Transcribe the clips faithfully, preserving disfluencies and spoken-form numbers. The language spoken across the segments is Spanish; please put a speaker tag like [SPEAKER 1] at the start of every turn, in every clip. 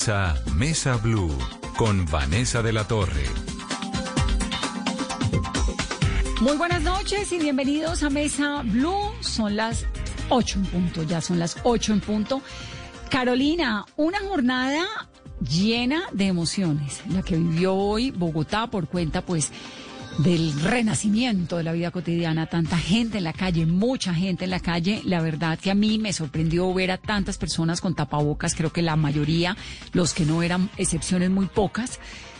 [SPEAKER 1] Mesa Blue con Vanessa de la Torre.
[SPEAKER 2] Muy buenas noches y bienvenidos a Mesa Blue. Son las ocho en punto, ya son las ocho en punto. Carolina, una jornada llena de emociones, la que vivió hoy Bogotá por cuenta, pues, del renacimiento de la vida cotidiana. Tanta gente en la calle, mucha gente en la calle. La verdad que a mí me sorprendió ver a tantas personas con tapabocas. Creo que la mayoría, los que no eran excepciones muy pocas.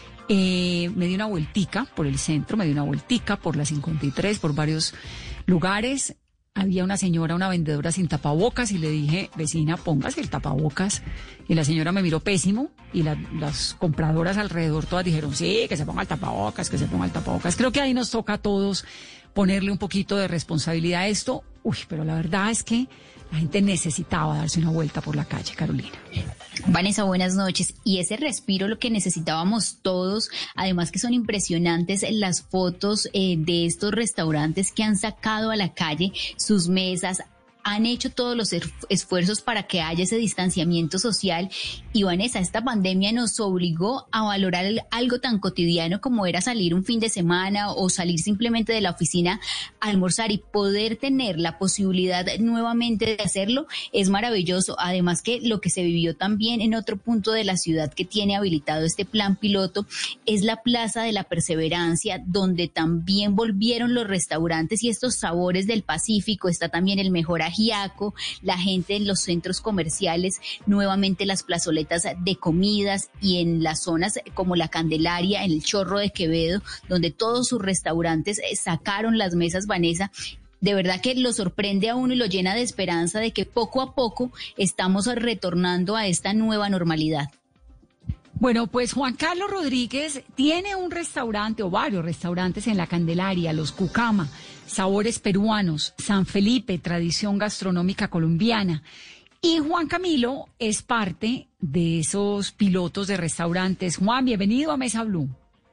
[SPEAKER 2] Eh, me di una vueltica por el centro, me di una vueltica por la cincuenta y tres, por varios lugares. Había una señora, una vendedora sin tapabocas y le dije, vecina, póngase el tapabocas. Y la señora me miró pésimo y la, las compradoras alrededor todas dijeron, sí, que se ponga el tapabocas, que se ponga el tapabocas. Creo que ahí nos toca a todos ponerle un poquito de responsabilidad a esto. Uy, pero la verdad es que la gente necesitaba darse una vuelta por la calle, Carolina.
[SPEAKER 3] Vanessa, buenas noches. Y ese respiro lo que necesitábamos todos, además que son impresionantes las fotos eh, de estos restaurantes que han sacado a la calle sus mesas, han hecho todos los esfuerzos para que haya ese distanciamiento social. Y Vanessa, esta pandemia nos obligó a valorar algo tan cotidiano como era salir un fin de semana o salir simplemente de la oficina a almorzar, y poder tener la posibilidad nuevamente de hacerlo es maravilloso. Además que lo que se vivió también en otro punto de la ciudad que tiene habilitado este plan piloto es la Plaza de la Perseverancia, donde también volvieron los restaurantes y estos sabores del Pacífico. Está también el mejor ajiaco, la gente en los centros comerciales, nuevamente las plazoletas de comidas, y en las zonas como la Candelaria, en el Chorro de Quevedo, donde todos sus restaurantes sacaron las mesas, Vanessa. De verdad que lo sorprende a uno y lo llena de esperanza de que poco a poco estamos retornando a esta nueva normalidad.
[SPEAKER 2] Bueno, pues Juan Carlos Rodríguez tiene un restaurante o varios restaurantes en la Candelaria, Los Cucama, sabores peruanos, San Felipe, tradición gastronómica colombiana. Y Juan Camilo es parte de esos pilotos de restaurantes. Juan, bienvenido a Mesa Blue.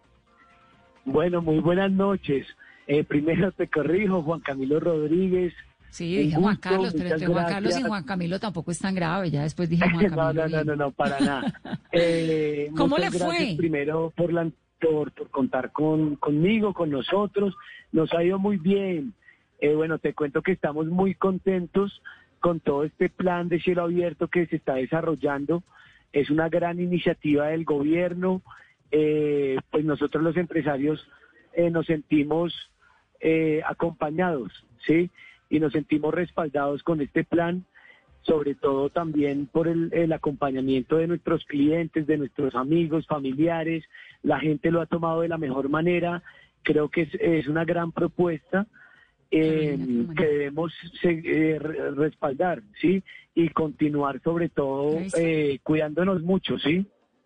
[SPEAKER 4] Bueno, muy buenas noches. Eh, primero te corrijo, Juan Camilo Rodríguez.
[SPEAKER 2] Sí, dije Juan Carlos, pero entre Juan Carlos y Juan Camilo tampoco es tan grave. Ya después dije Juan Camilo.
[SPEAKER 4] no, no, no, no, no, para nada. Eh,
[SPEAKER 2] ¿Cómo le
[SPEAKER 4] fue?
[SPEAKER 2] Fue?
[SPEAKER 4] Primero por, la, por, por contar con conmigo, con nosotros. Nos ha ido muy bien. Eh, bueno, te cuento que estamos muy contentos con todo este plan de cielo abierto que se está desarrollando. Es una gran iniciativa del gobierno. Eh, pues nosotros los empresarios eh, nos sentimos eh, acompañados, ¿sí? Y nos sentimos respaldados con este plan, sobre todo también por el, el acompañamiento de nuestros clientes, de nuestros amigos, familiares. La gente lo ha tomado de la mejor manera. Creo que es, es una gran propuesta eh, que debemos eh, respaldar, ¿sí? Y continuar sobre todo eh, cuidándonos mucho, ¿sí?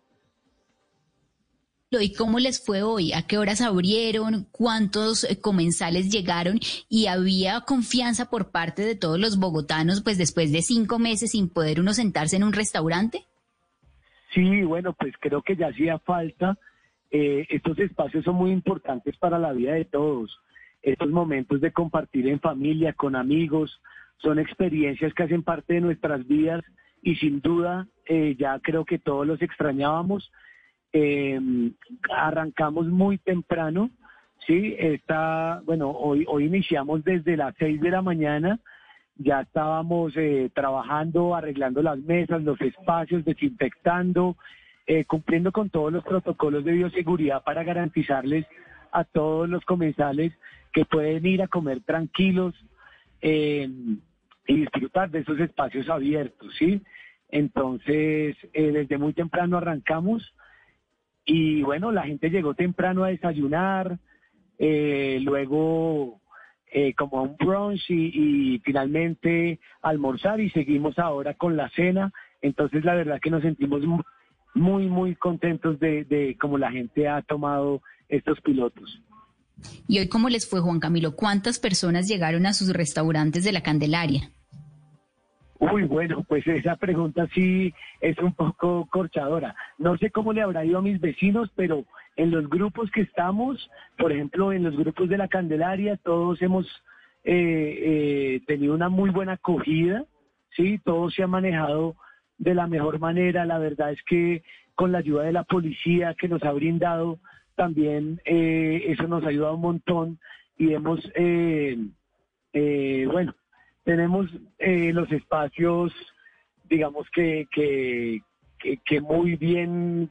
[SPEAKER 3] ¿Y cómo les fue hoy? ¿A qué horas abrieron? ¿Cuántos comensales llegaron? ¿Y había confianza por parte de todos los bogotanos, pues después de cinco meses sin poder uno sentarse en un restaurante?
[SPEAKER 4] Sí, bueno, pues creo que ya hacía falta. Eh, estos espacios son muy importantes para la vida de todos. Estos momentos de compartir en familia, con amigos, son experiencias que hacen parte de nuestras vidas y sin duda eh, ya creo que todos los extrañábamos. Eh, arrancamos muy temprano, sí, está, bueno, hoy, hoy iniciamos desde las seis de la mañana, ya estábamos eh, trabajando, arreglando las mesas, los espacios, desinfectando, eh, cumpliendo con todos los protocolos de bioseguridad para garantizarles a todos los comensales que pueden ir a comer tranquilos eh, y disfrutar de esos espacios abiertos, ¿sí? Entonces, eh, desde muy temprano arrancamos. Y bueno, la gente llegó temprano a desayunar, eh, luego eh, como a un brunch y, y finalmente almorzar, y seguimos ahora con la cena. Entonces la verdad que nos sentimos muy, muy contentos de, de cómo la gente ha tomado estos pilotos.
[SPEAKER 3] ¿Y hoy cómo les fue, Juan Camilo? ¿Cuántas personas llegaron a sus restaurantes de la Candelaria?
[SPEAKER 4] Uy, bueno, pues esa pregunta sí es un poco corchadora. No sé cómo le habrá ido a mis vecinos, pero en los grupos que estamos, por ejemplo, en los grupos de la Candelaria, todos hemos eh, eh, tenido una muy buena acogida, ¿sí? Todo se ha manejado de la mejor manera. La verdad es que con la ayuda de la policía que nos ha brindado también, eh, eso nos ha ayudado un montón y hemos, eh, eh, bueno, tenemos eh, los espacios, digamos que, que, que, que muy bien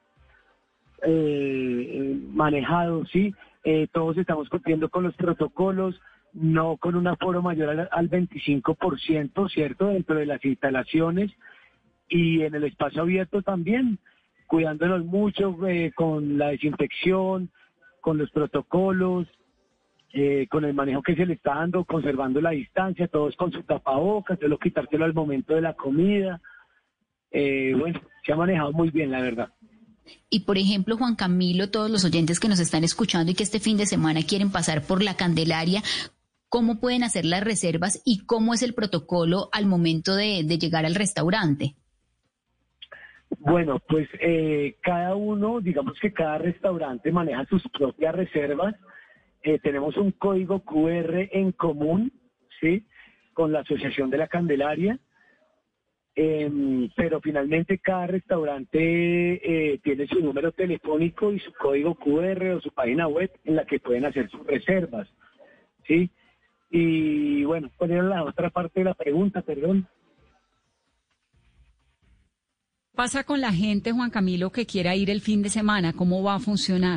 [SPEAKER 4] eh, manejados, ¿sí? Eh, todos estamos cumpliendo con los protocolos, no con un aforo mayor al, al veinticinco por ciento, ¿cierto?, dentro de las instalaciones y en el espacio abierto también, cuidándonos mucho eh, con la desinfección, con los protocolos, eh, con el manejo que se le está dando, conservando la distancia, todos con su tapabocas, solo quitárselo al momento de la comida. Eh, bueno, se ha manejado muy bien, la verdad.
[SPEAKER 3] Y por ejemplo, Juan Camilo, todos los oyentes que nos están escuchando y que este fin de semana quieren pasar por la Candelaria, ¿cómo pueden hacer las reservas y cómo es el protocolo al momento de, de llegar al restaurante?
[SPEAKER 4] Bueno, pues eh, cada uno, digamos que cada restaurante maneja sus propias reservas. Eh, tenemos un código cu erre en común, ¿sí?, con la Asociación de la Candelaria, eh, pero finalmente cada restaurante eh, tiene su número telefónico y su código cu erre o su página web en la que pueden hacer sus reservas, ¿sí? Y bueno, ¿cuál era la otra parte de la pregunta, perdón?
[SPEAKER 2] ¿Qué pasa con la gente, Juan Camilo, que quiera ir el fin de semana? ¿Cómo va a funcionar?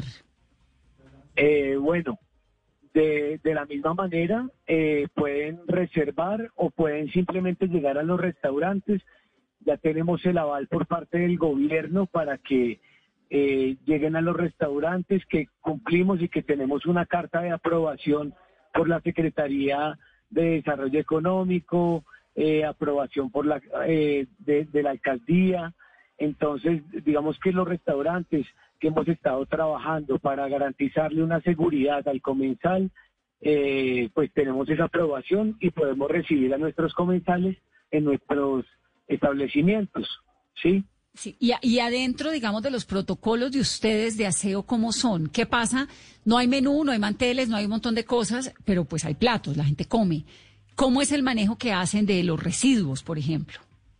[SPEAKER 4] Eh, bueno, de, de la misma manera eh, pueden reservar o pueden simplemente llegar a los restaurantes. Ya tenemos el aval por parte del gobierno para que eh, lleguen a los restaurantes, que cumplimos y que tenemos una carta de aprobación por la Secretaría de Desarrollo Económico, eh, aprobación por la eh, de, de la alcaldía. Entonces, digamos que los restaurantes que hemos estado trabajando para garantizarle una seguridad al comensal, eh, pues tenemos esa aprobación y podemos recibir a nuestros comensales en nuestros establecimientos, ¿sí?
[SPEAKER 2] Sí, y, y adentro, digamos, de los protocolos de ustedes de aseo, ¿cómo son? ¿Qué pasa? No hay menú, no hay manteles, no hay un montón de cosas, pero pues hay platos, la gente come. ¿Cómo es el manejo que hacen de los residuos, por ejemplo?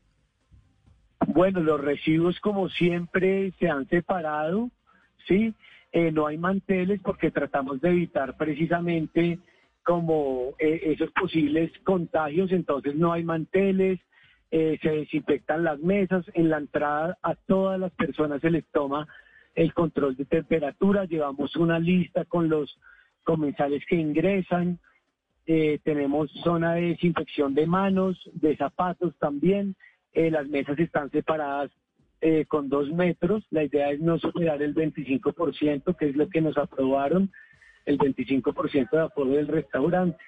[SPEAKER 4] Bueno, los residuos como siempre se han separado, ¿sí? Eh, no hay manteles porque tratamos de evitar precisamente como eh, esos posibles contagios, entonces no hay manteles, eh, se desinfectan las mesas, en la entrada a todas las personas se les toma el control de temperatura, llevamos una lista con los comensales que ingresan, eh, tenemos zona de desinfección de manos, de zapatos también. Eh, las mesas están separadas eh, con dos metros. La idea es no superar el veinticinco por ciento, que es lo que nos aprobaron, el veinticinco por ciento de aforo del restaurante.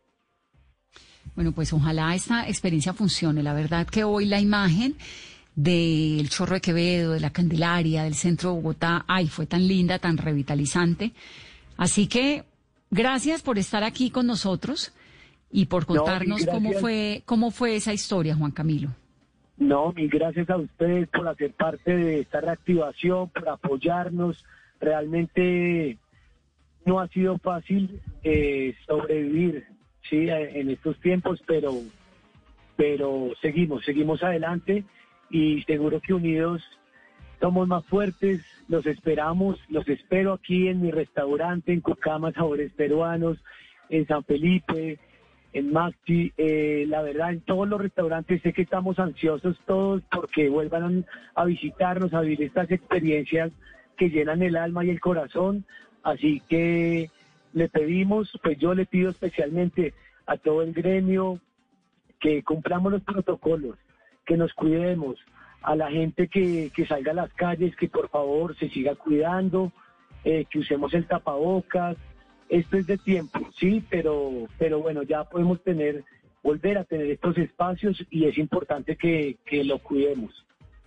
[SPEAKER 2] Bueno, pues ojalá esta experiencia funcione. La verdad que hoy la imagen del Chorro de Quevedo, de la Candelaria, del centro de Bogotá, ay, fue tan linda, tan revitalizante. Así que gracias por estar aquí con nosotros y por contarnos no, cómo fue, cómo fue esa historia, Juan Camilo.
[SPEAKER 4] No, mil gracias a ustedes por hacer parte de esta reactivación, por apoyarnos. Realmente no ha sido fácil eh, sobrevivir, sí, en estos tiempos, pero, pero seguimos, seguimos adelante y seguro que unidos somos más fuertes. Los esperamos, los espero aquí en mi restaurante, en Cucama, Sabores Peruanos, en San Felipe, en Maxi, eh, la verdad, en todos los restaurantes. Sé que estamos ansiosos todos porque vuelvan a visitarnos, a vivir estas experiencias que llenan el alma y el corazón. Así que le pedimos, pues yo le pido especialmente a todo el gremio que cumplamos los protocolos, que nos cuidemos, a la gente que, que salga a las calles, que por favor se siga cuidando, eh, que usemos el tapabocas. Esto es de tiempo, sí, pero, pero bueno, ya podemos tener, volver a tener estos espacios y es importante que, que lo cuidemos.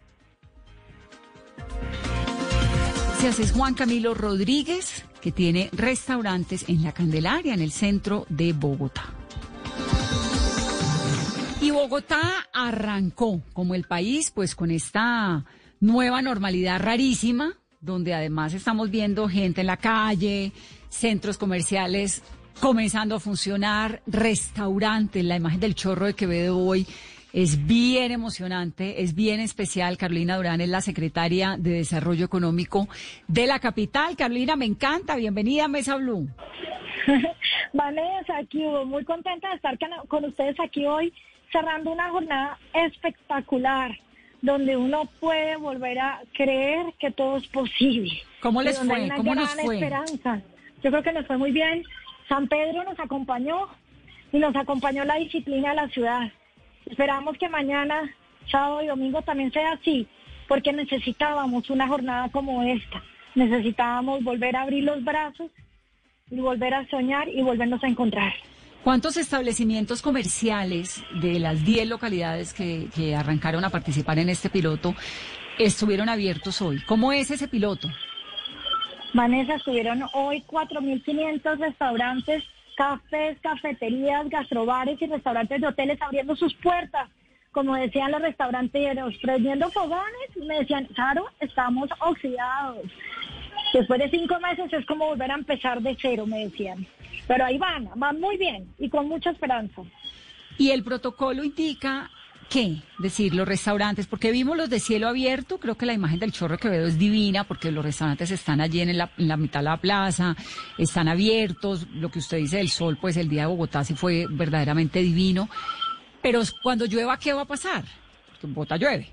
[SPEAKER 2] Gracias, es Juan Camilo Rodríguez, que tiene restaurantes en La Candelaria, en el centro de Bogotá. Y Bogotá arrancó como el país, pues con esta nueva normalidad rarísima, donde además estamos viendo gente en la calle, centros comerciales comenzando a funcionar, restaurantes, la imagen del Chorro de Quevedo hoy Es bien emocionante, es bien especial. Carolina Durán es la secretaria de Desarrollo Económico de la capital. Carolina, me encanta. Bienvenida a Mesa Blue.
[SPEAKER 5] Vanessa, aquí muy contenta de estar con ustedes aquí hoy, cerrando una jornada espectacular, donde uno puede volver a creer que todo es posible.
[SPEAKER 2] ¿Cómo les
[SPEAKER 5] fue?
[SPEAKER 2] Hay una
[SPEAKER 5] ¿Cómo
[SPEAKER 2] gran
[SPEAKER 5] nos fue?
[SPEAKER 2] esperanza.
[SPEAKER 5] Yo creo que nos fue muy bien. San Pedro nos acompañó y nos acompañó la disciplina de la ciudad. Esperamos que mañana, sábado y domingo también sea así, porque necesitábamos una jornada como esta. Necesitábamos volver a abrir los brazos y volver a soñar y volvernos a encontrar.
[SPEAKER 2] ¿Cuántos establecimientos comerciales de las diez localidades que, que arrancaron a participar en este piloto estuvieron abiertos hoy? ¿Cómo es ese piloto?
[SPEAKER 5] Vanessa, estuvieron hoy cuatro mil quinientos restaurantes, cafés, cafeterías, gastrobares y restaurantes de hoteles abriendo sus puertas. Como decían los restauranteros, prendiendo fogones, me decían, Caro, estamos oxidados. Después de cinco meses es como volver a empezar de cero, me decían. Pero ahí van, van muy bien y con mucha esperanza.
[SPEAKER 2] ¿Y el protocolo indica qué? Decir, los restaurantes, porque vimos los de cielo abierto, creo que la imagen del Chorro Quevedo es divina, porque los restaurantes están allí en la, en la mitad de la plaza, están abiertos, lo que usted dice del sol, pues el día de Bogotá sí fue verdaderamente divino. Pero cuando llueva, ¿qué va a pasar? Porque en Bogotá llueve.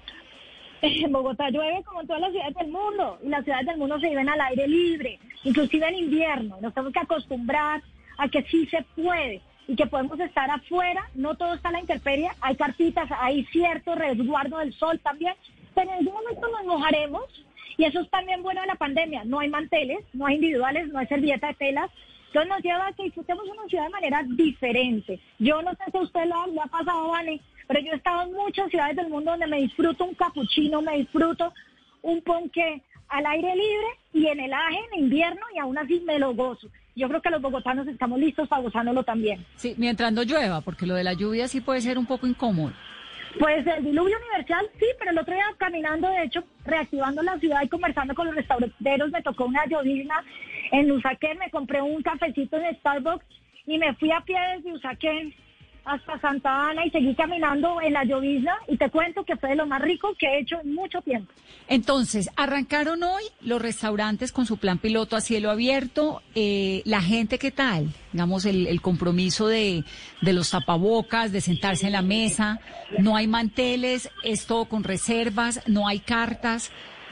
[SPEAKER 5] En Bogotá llueve como en todas las ciudades del mundo, y las ciudades del mundo se viven al aire libre, inclusive en invierno. Nos tenemos que acostumbrar a que sí se puede y que podemos estar afuera, no todo está a la intemperie, hay carpitas, hay cierto resguardo del sol también, pero en algún momento nos mojaremos y eso es también bueno de la pandemia. No hay manteles, no hay individuales, no hay servilleta de telas, entonces nos lleva a que disfrutemos una ciudad de manera diferente. Yo no sé si a usted lo, lo ha pasado, Vane, pero yo he estado en muchas ciudades del mundo donde me disfruto un capuchino, me disfruto un ponqué al aire libre y en helaje en invierno y aún así me lo gozo. Yo creo que los bogotanos estamos listos para gozándolo también.
[SPEAKER 2] Sí, mientras no llueva, porque lo de la lluvia sí puede ser un poco incómodo.
[SPEAKER 5] Pues el diluvio universal sí, pero el otro día caminando, de hecho, reactivando la ciudad y conversando con los restauranteros, me tocó una llovizna en Usaquén, me compré un cafecito en Starbucks y me fui a pie desde Usaquén hasta Santa Ana y seguí caminando en la llovizna y te cuento que fue de lo más rico que he hecho en mucho tiempo.
[SPEAKER 2] Entonces, arrancaron hoy los restaurantes con su plan piloto a cielo abierto. Eh, ¿La gente qué tal? Digamos, el, el compromiso de, de los tapabocas, de sentarse en la mesa, no hay manteles, es todo con reservas, no hay cartas.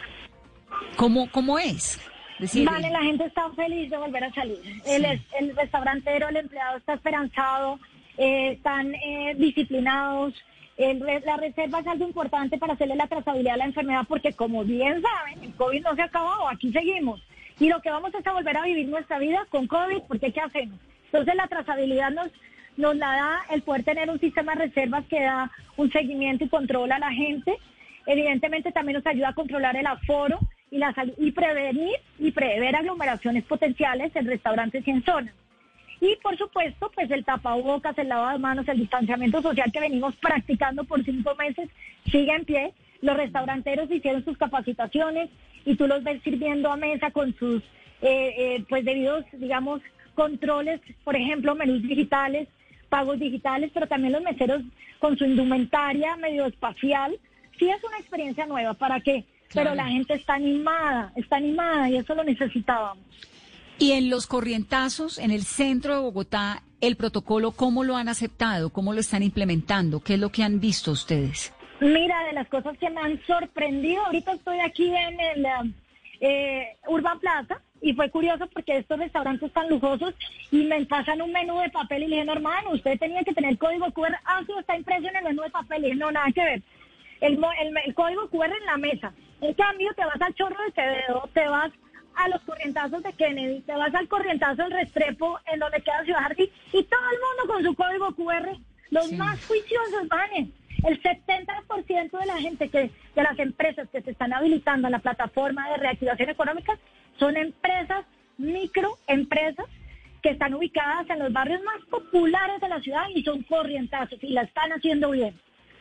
[SPEAKER 2] ¿Cómo, cómo es? Decir,
[SPEAKER 5] vale, la gente está feliz de volver a salir. Sí. El, el restaurantero, el empleado está esperanzado. Eh, están eh, disciplinados. El, la reserva es algo importante para hacerle la trazabilidad a la enfermedad porque, como bien saben, el COVID no se ha acabado, aquí seguimos. Y lo que vamos es a volver a vivir nuestra vida con COVID, porque ¿qué hacemos? Entonces la trazabilidad nos, nos la da el poder tener un sistema de reservas que da un seguimiento y control a la gente. Evidentemente también nos ayuda a controlar el aforo y, la, y prevenir y prever aglomeraciones potenciales en restaurantes y en zonas. Y, por supuesto, pues el tapabocas, el lavado de manos, el distanciamiento social que venimos practicando por cinco meses sigue en pie. Los restauranteros hicieron sus capacitaciones y tú los ves sirviendo a mesa con sus, eh, eh, pues, debidos, digamos, controles, por ejemplo, menús digitales, pagos digitales, pero también los meseros con su indumentaria medio espacial. Sí es una experiencia nueva, ¿para qué? Claro. Pero la gente está animada, está animada y eso lo necesitábamos.
[SPEAKER 2] Y en los corrientazos, en el centro de Bogotá, el protocolo, ¿cómo lo han aceptado? ¿Cómo lo están implementando? ¿Qué es lo que han visto ustedes?
[SPEAKER 5] Mira, de las cosas que me han sorprendido, ahorita estoy aquí en el eh, Urban Plaza y fue curioso porque estos restaurantes tan lujosos y me pasan un menú de papel y le dije, no, hermano, usted tenía que tener código cu erre, ah, sí, está impreso en el menú de papel, y dije, no, nada que ver. El, el, el código cu erre en la mesa. En cambio, te vas al Chorro de Quevedo, te vas a los corrientazos de Kennedy, te vas al corrientazo del Restrepo, en donde queda Ciudad Jardín, y todo el mundo con su código cu erre, los sí. más juiciosos van. El setenta por ciento de la gente, que de las empresas que se están habilitando en la plataforma de reactivación económica, son empresas, microempresas, que están ubicadas en los barrios más populares de la ciudad y son corrientazos, y la están haciendo bien.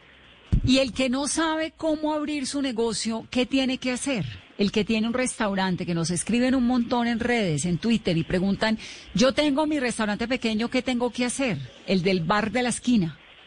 [SPEAKER 2] Y el que no sabe cómo abrir su negocio, ¿qué tiene que hacer? El que tiene un restaurante, que nos escriben un montón en redes, en Twitter, y preguntan, yo tengo mi restaurante pequeño, ¿qué tengo que hacer? El del bar de la esquina.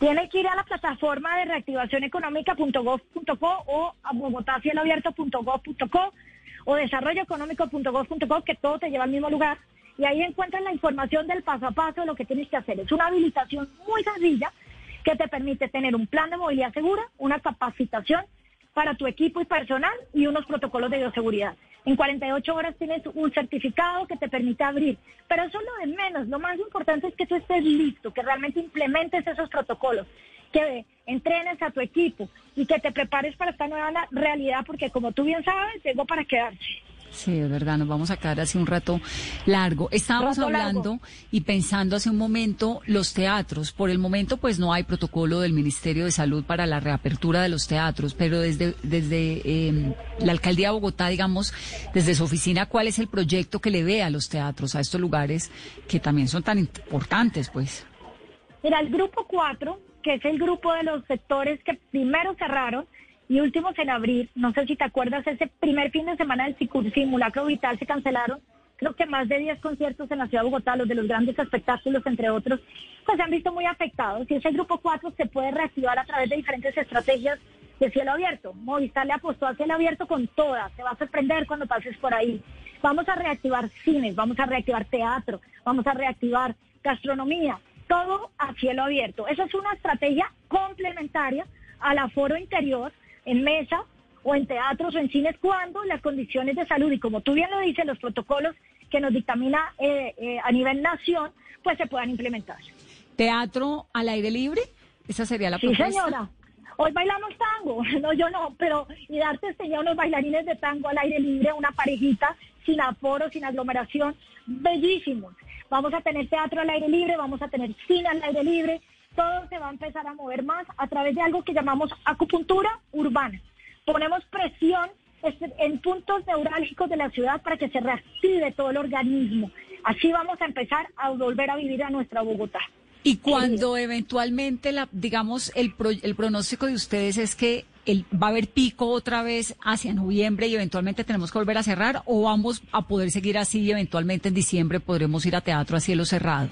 [SPEAKER 5] Tiene que ir a la plataforma de reactivación económica punto gov punto co o a bogotá cielo abierto punto gov punto co o desarrollo económico punto gov punto co, que todo te lleva al mismo lugar. Y ahí encuentran la información del paso a paso de lo que tienes que hacer. Es una habilitación muy sencilla que te permite tener un plan de movilidad segura, una capacitación para tu equipo y personal y unos protocolos de bioseguridad. En cuarenta y ocho horas tienes un certificado que te permite abrir. Pero eso es lo de menos. Lo más importante es que tú estés listo, que realmente implementes esos protocolos, que entrenes a tu equipo y que te prepares para esta nueva realidad, porque como tú bien sabes, llegó para quedarse.
[SPEAKER 2] Sí, es verdad, nos vamos a quedar así un rato largo. Estábamos
[SPEAKER 5] rato
[SPEAKER 2] hablando
[SPEAKER 5] largo.
[SPEAKER 2] y pensando hace un momento los teatros. Por el momento, pues no hay protocolo del Ministerio de Salud para la reapertura de los teatros, pero desde desde eh, la Alcaldía de Bogotá, digamos, desde su oficina, ¿cuál es el proyecto que le ve a los teatros, a estos lugares que también son tan importantes, pues?
[SPEAKER 5] Mira, el grupo cuatro, que es el grupo de los sectores que primero cerraron y últimos en abrir, no sé si te acuerdas, ese primer fin de semana del simulacro vital se cancelaron, creo que más de diez conciertos en la ciudad de Bogotá, los de los grandes espectáculos, entre otros, pues se han visto muy afectados. Y ese grupo cuatro se puede reactivar a través de diferentes estrategias de cielo abierto. Movistar le apostó a cielo abierto con todas, te va a sorprender cuando pases por ahí. Vamos a reactivar cines, vamos a reactivar teatro, vamos a reactivar gastronomía, todo a cielo abierto. Esa es una estrategia complementaria al aforo interior, en mesa o en teatros o en cines, cuando las condiciones de salud y, como tú bien lo dices, los protocolos que nos dictamina eh, eh, a nivel nación, pues se puedan implementar.
[SPEAKER 2] ¿Teatro al aire libre? Esa sería la
[SPEAKER 5] sí,
[SPEAKER 2] propuesta.
[SPEAKER 5] Sí, señora. Hoy bailamos tango, no, yo no, pero y darte enseñar unos bailarines de tango al aire libre, una parejita, sin aforo, sin aglomeración, bellísimos. Vamos a tener teatro al aire libre, vamos a tener cine al aire libre. Todo se va a empezar a mover más a través de algo que llamamos acupuntura urbana. Ponemos presión en puntos neurálgicos de la ciudad para que se reactive todo el organismo. Así vamos a empezar a volver a vivir a nuestra Bogotá.
[SPEAKER 2] Y cuando eventualmente, la, digamos, el, pro, el pronóstico de ustedes es que el, va a haber pico otra vez hacia noviembre y eventualmente tenemos que volver a cerrar, ¿o vamos a poder seguir así y eventualmente en diciembre podremos ir a teatro a cielo cerrado?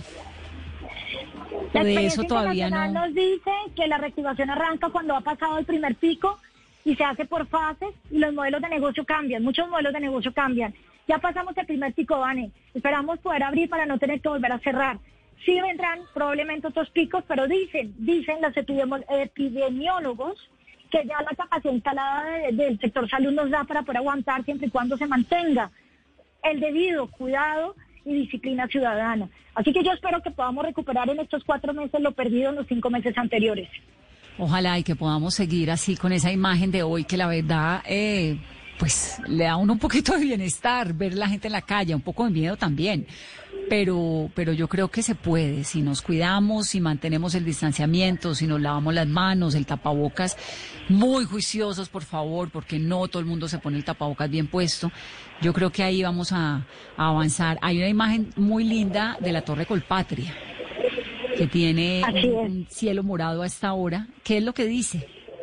[SPEAKER 5] La
[SPEAKER 2] de
[SPEAKER 5] experiencia
[SPEAKER 2] eso todavía
[SPEAKER 5] internacional
[SPEAKER 2] no
[SPEAKER 5] nos dice que la reactivación arranca cuando ha pasado el primer pico y se hace por fases y los modelos de negocio cambian, muchos modelos de negocio cambian. Ya pasamos el primer pico, Vane, esperamos poder abrir para no tener que volver a cerrar. Sí vendrán probablemente otros picos, pero dicen, dicen los epidemiólogos que ya la capacidad instalada de, del sector salud nos da para poder aguantar siempre y cuando se mantenga el debido cuidado y disciplina ciudadana. Así que yo espero que podamos recuperar en estos cuatro meses lo perdido en los cinco meses anteriores.
[SPEAKER 2] Ojalá y que podamos seguir así con esa imagen de hoy, que la verdad, eh, pues le da a uno un poquito de bienestar ver la gente en la calle, un poco de miedo también. Pero, pero yo creo que se puede, si nos cuidamos, si mantenemos el distanciamiento, si nos lavamos las manos, el tapabocas, muy juiciosos, por favor, porque no todo el mundo se pone el tapabocas bien puesto. Yo creo que ahí vamos a, a avanzar. Hay una imagen muy linda de la Torre Colpatria, que tiene un cielo morado a esta hora. ¿Qué es lo que dice?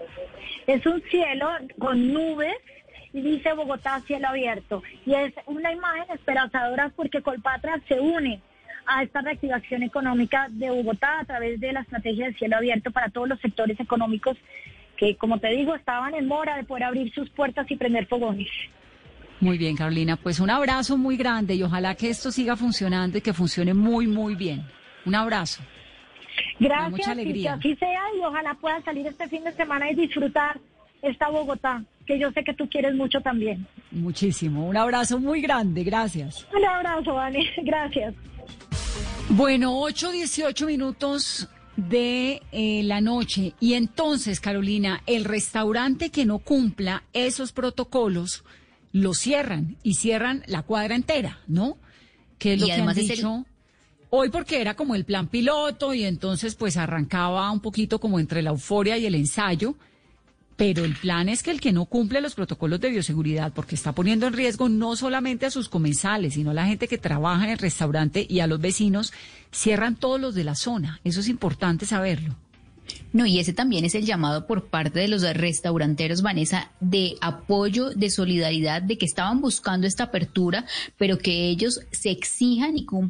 [SPEAKER 5] Es un cielo con nubes y dice Bogotá cielo abierto. Y es una imagen esperanzadora porque Colpatria se une a esta reactivación económica de Bogotá a través de la estrategia de cielo abierto para todos los sectores económicos que, como te digo, estaban en mora de poder abrir sus puertas y prender fogones.
[SPEAKER 2] Muy bien, Carolina, pues un abrazo muy grande y ojalá que esto siga funcionando y que funcione muy, muy bien. Un abrazo.
[SPEAKER 5] Gracias,
[SPEAKER 2] mucha alegría.
[SPEAKER 5] Y que así sea, y ojalá puedan salir este fin de semana y disfrutar esta Bogotá, que yo sé que tú quieres mucho también.
[SPEAKER 2] Muchísimo. Un abrazo muy grande. Gracias.
[SPEAKER 5] Un abrazo, Vane. Gracias.
[SPEAKER 2] Bueno, ocho dieciocho minutos de eh, la noche. Y entonces, Carolina, el restaurante que no cumpla esos protocolos lo cierran y cierran la cuadra entera, ¿no? Que es lo
[SPEAKER 3] y
[SPEAKER 2] que han
[SPEAKER 3] además
[SPEAKER 2] dicho el... hoy, porque era como el plan piloto y entonces pues arrancaba un poquito como entre la euforia y el ensayo. Pero el plan es que el que no cumple los protocolos de bioseguridad, porque está poniendo en riesgo no solamente a sus comensales, sino a la gente que trabaja en el restaurante y a los vecinos, cierran todos los de la zona. Eso es importante saberlo.
[SPEAKER 3] No, y ese también es el llamado por parte de los restauranteros, Vanessa, de apoyo, de solidaridad, de que estaban buscando esta apertura, pero que ellos se exijan y cumplan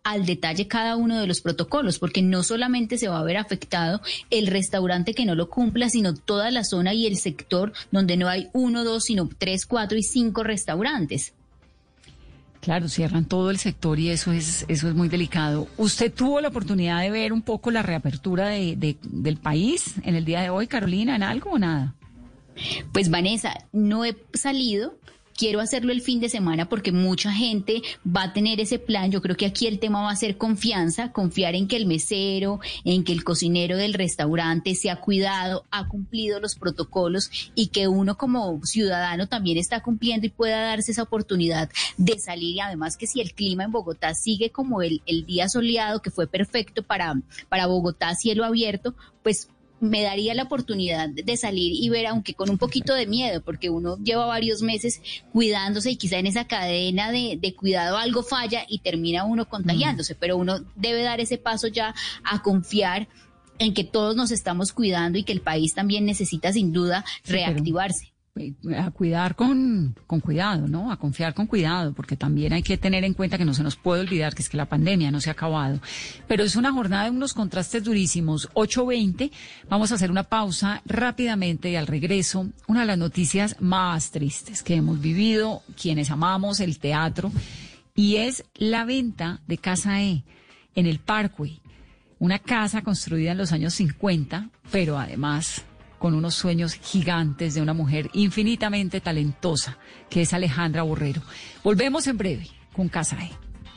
[SPEAKER 3] al detalle cada uno de los protocolos, porque no solamente se va a ver afectado el restaurante que no lo cumpla, sino toda la zona y el sector donde no hay uno, dos, sino tres, cuatro y cinco restaurantes.
[SPEAKER 2] Claro, cierran todo el sector y eso es eso es muy delicado. ¿Usted tuvo la oportunidad de ver un poco la reapertura de, de, del país en el día de hoy, Carolina, en algo o nada?
[SPEAKER 3] Pues Vanessa, no he salido. Quiero hacerlo el fin de semana porque mucha gente va a tener ese plan. Yo creo que aquí el tema va a ser confianza, confiar en que el mesero, en que el cocinero del restaurante se ha cuidado, ha cumplido los protocolos y que uno como ciudadano también está cumpliendo y pueda darse esa oportunidad de salir. Y además que si el clima en Bogotá sigue como el, el día soleado, que fue perfecto para, para Bogotá, cielo abierto, pues me daría la oportunidad de salir y ver, aunque con un poquito de miedo, porque uno lleva varios meses cuidándose y quizá en esa cadena de, de cuidado algo falla y termina uno contagiándose, mm. pero uno debe dar ese paso ya a confiar en que todos nos estamos cuidando y que el país también necesita sin duda reactivarse.
[SPEAKER 2] Sí, a cuidar con, con cuidado, ¿no? A confiar con cuidado, porque también hay que tener en cuenta que no se nos puede olvidar que es que la pandemia no se ha acabado. Pero es una jornada de unos contrastes durísimos. ocho veinte, vamos a hacer una pausa rápidamente y al regreso, una de las noticias más tristes que hemos vivido quienes amamos el teatro, y es la venta de Casa E en el Parkway. Una casa construida en los años cincuenta, pero además con unos sueños gigantes de una mujer infinitamente talentosa, que es Alejandra Borrero. Volvemos en breve con Casa E.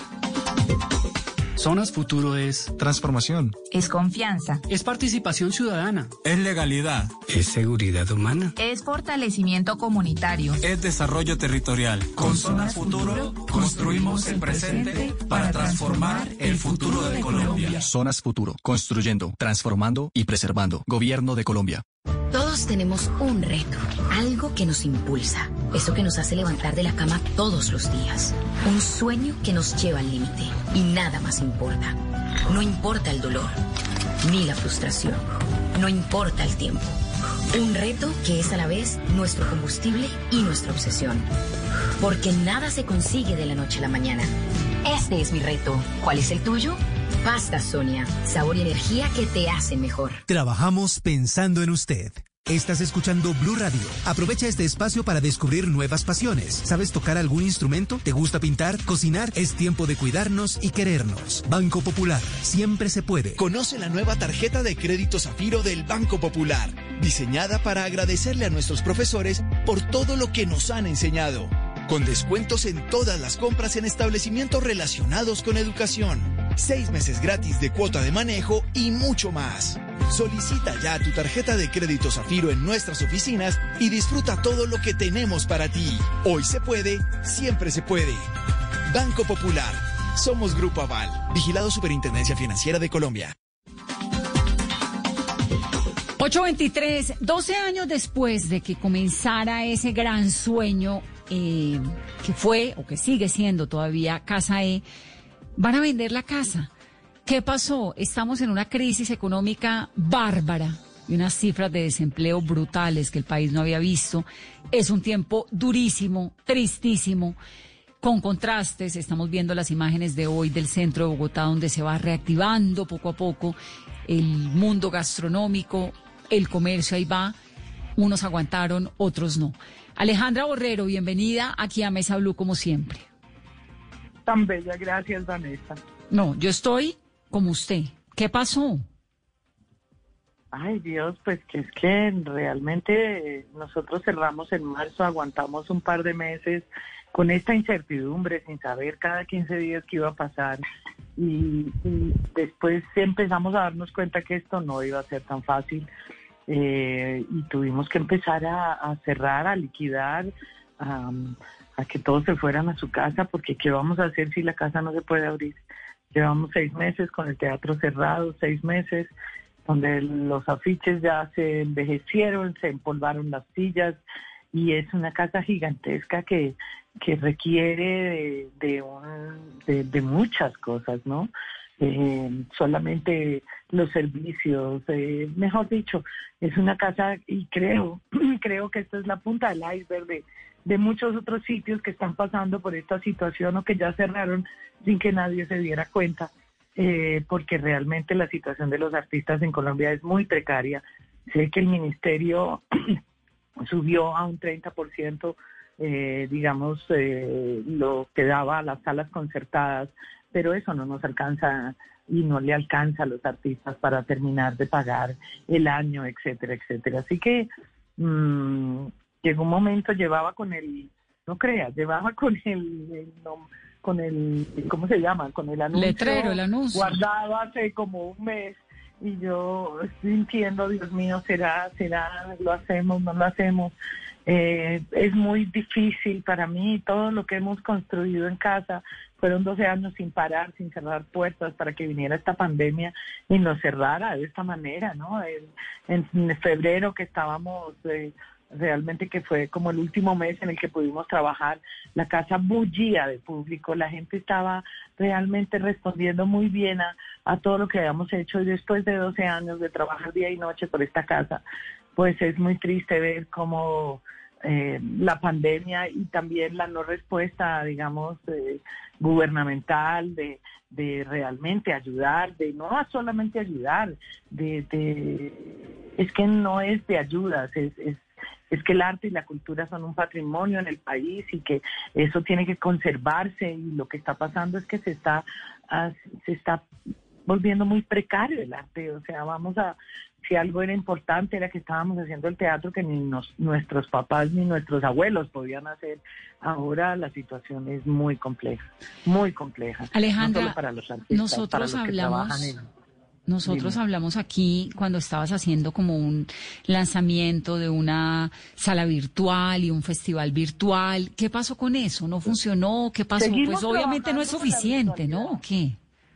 [SPEAKER 6] Zonas Futuro es
[SPEAKER 7] transformación,
[SPEAKER 8] es confianza,
[SPEAKER 6] es participación ciudadana,
[SPEAKER 7] es legalidad,
[SPEAKER 9] es seguridad humana,
[SPEAKER 8] es fortalecimiento comunitario,
[SPEAKER 7] es desarrollo territorial. Con Zonas Futuro construimos el presente para transformar el futuro de Colombia.
[SPEAKER 10] Zonas Futuro, construyendo, transformando y preservando. Gobierno de Colombia.
[SPEAKER 11] Todos tenemos un reto, algo que nos impulsa, eso que nos hace levantar de la cama todos los días, un sueño que nos lleva al límite y nada más importa. No importa el dolor, ni la frustración, no importa el tiempo. Un reto que es a la vez nuestro combustible y nuestra obsesión, porque nada se consigue de la noche a la mañana. Este es mi reto. ¿Cuál es el tuyo? Pasta Sonia, sabor y energía que te hacen mejor.
[SPEAKER 12] Trabajamos pensando en usted. Estás escuchando Blue Radio. Aprovecha este espacio para descubrir nuevas pasiones. ¿Sabes tocar algún instrumento? ¿Te gusta pintar? ¿Cocinar? Es tiempo de cuidarnos y querernos. Banco Popular. Siempre se puede.
[SPEAKER 13] Conoce la nueva tarjeta de crédito Zafiro del Banco Popular, diseñada para agradecerle a nuestros profesores por todo lo que nos han enseñado. Con descuentos en todas las compras en establecimientos relacionados con educación. Seis meses gratis de cuota de manejo y mucho más. Solicita ya tu tarjeta de crédito Zafiro en nuestras oficinas y disfruta todo lo que tenemos para ti. Hoy se puede, siempre se puede. Banco Popular. Somos Grupo Aval. Vigilado Superintendencia Financiera de Colombia.
[SPEAKER 2] ocho veintitrés, doce años después de que comenzara ese gran sueño eh, que fue o que sigue siendo todavía Casa E, van a vender la casa. ¿Qué pasó? Estamos en una crisis económica bárbara y unas cifras de desempleo brutales que el país no había visto. Es un tiempo durísimo, tristísimo, con contrastes. Estamos viendo las imágenes de hoy del centro de Bogotá, donde se va reactivando poco a poco el mundo gastronómico, el comercio, ahí va. Unos aguantaron, otros no. Alejandra Borrero, bienvenida aquí a Mesa Blue como siempre.
[SPEAKER 14] Tan bella, gracias, Vanessa.
[SPEAKER 2] No, yo estoy como usted. ¿Qué pasó?
[SPEAKER 14] Ay, Dios, pues que es que realmente nosotros cerramos en marzo, aguantamos un par de meses con esta incertidumbre, sin saber cada quince días qué iba a pasar. Y, y después empezamos a darnos cuenta que esto no iba a ser tan fácil. Eh, y tuvimos que empezar a, a cerrar, a liquidar, a, a que todos se fueran a su casa, porque ¿qué vamos a hacer si la casa no se puede abrir? Llevamos seis meses con el teatro cerrado, seis meses donde los afiches ya se envejecieron, se empolvaron las sillas, y es una casa gigantesca que, que requiere de, de, un, de, de muchas cosas, ¿no? Eh, solamente los servicios, eh, mejor dicho, es una casa, y creo creo que esta es la punta del iceberg de, de muchos otros sitios que están pasando por esta situación o que ya cerraron sin que nadie se diera cuenta, eh, porque realmente la situación de los artistas en Colombia es muy precaria. Sé que el ministerio subió a un treinta por ciento, eh, digamos, eh, lo que daba a las salas concertadas, pero eso no nos alcanza y no le alcanza a los artistas para terminar de pagar el año, etcétera, etcétera. Así que mmm, llegó un momento, llevaba con el, no creas, llevaba con el, el no, con el, ¿cómo se llama? Con el anuncio.
[SPEAKER 2] Letrero, el anuncio.
[SPEAKER 14] Guardado hace como un mes y yo sintiendo, Dios mío, será, será, lo hacemos, no lo hacemos. Eh, es muy difícil para mí, todo lo que hemos construido en casa, fueron doce años sin parar, sin cerrar puertas para que viniera esta pandemia y nos cerrara de esta manera, ¿no? En, en febrero que estábamos, eh, realmente que fue como el último mes en el que pudimos trabajar, la casa bullía de público, la gente estaba realmente respondiendo muy bien a, a todo lo que habíamos hecho y después de doce años de trabajar día y noche por esta casa, pues es muy triste ver cómo eh, la pandemia y también la no respuesta, digamos, eh, gubernamental de, de realmente ayudar, de no solamente ayudar, de, de es que no es de ayudas, es, es es que el arte y la cultura son un patrimonio en el país y que eso tiene que conservarse, y lo que está pasando es que se está se está volviendo muy precario el arte. O sea, vamos a, si algo era importante era que estábamos haciendo el teatro que ni nos, nuestros papás ni nuestros abuelos podían hacer. Ahora la situación es muy compleja, muy compleja.
[SPEAKER 2] Alejandra,
[SPEAKER 14] no solo para los artistas,
[SPEAKER 2] nosotros
[SPEAKER 14] para los
[SPEAKER 2] hablamos...
[SPEAKER 14] que trabajan en...
[SPEAKER 2] Nosotros
[SPEAKER 14] Dime.
[SPEAKER 2] hablamos aquí cuando estabas haciendo como un lanzamiento de una sala virtual y un festival virtual. ¿Qué pasó con eso? ¿No funcionó? ¿Qué pasó?
[SPEAKER 14] Seguimos
[SPEAKER 2] Pues obviamente no es suficiente, ¿no? ¿O qué?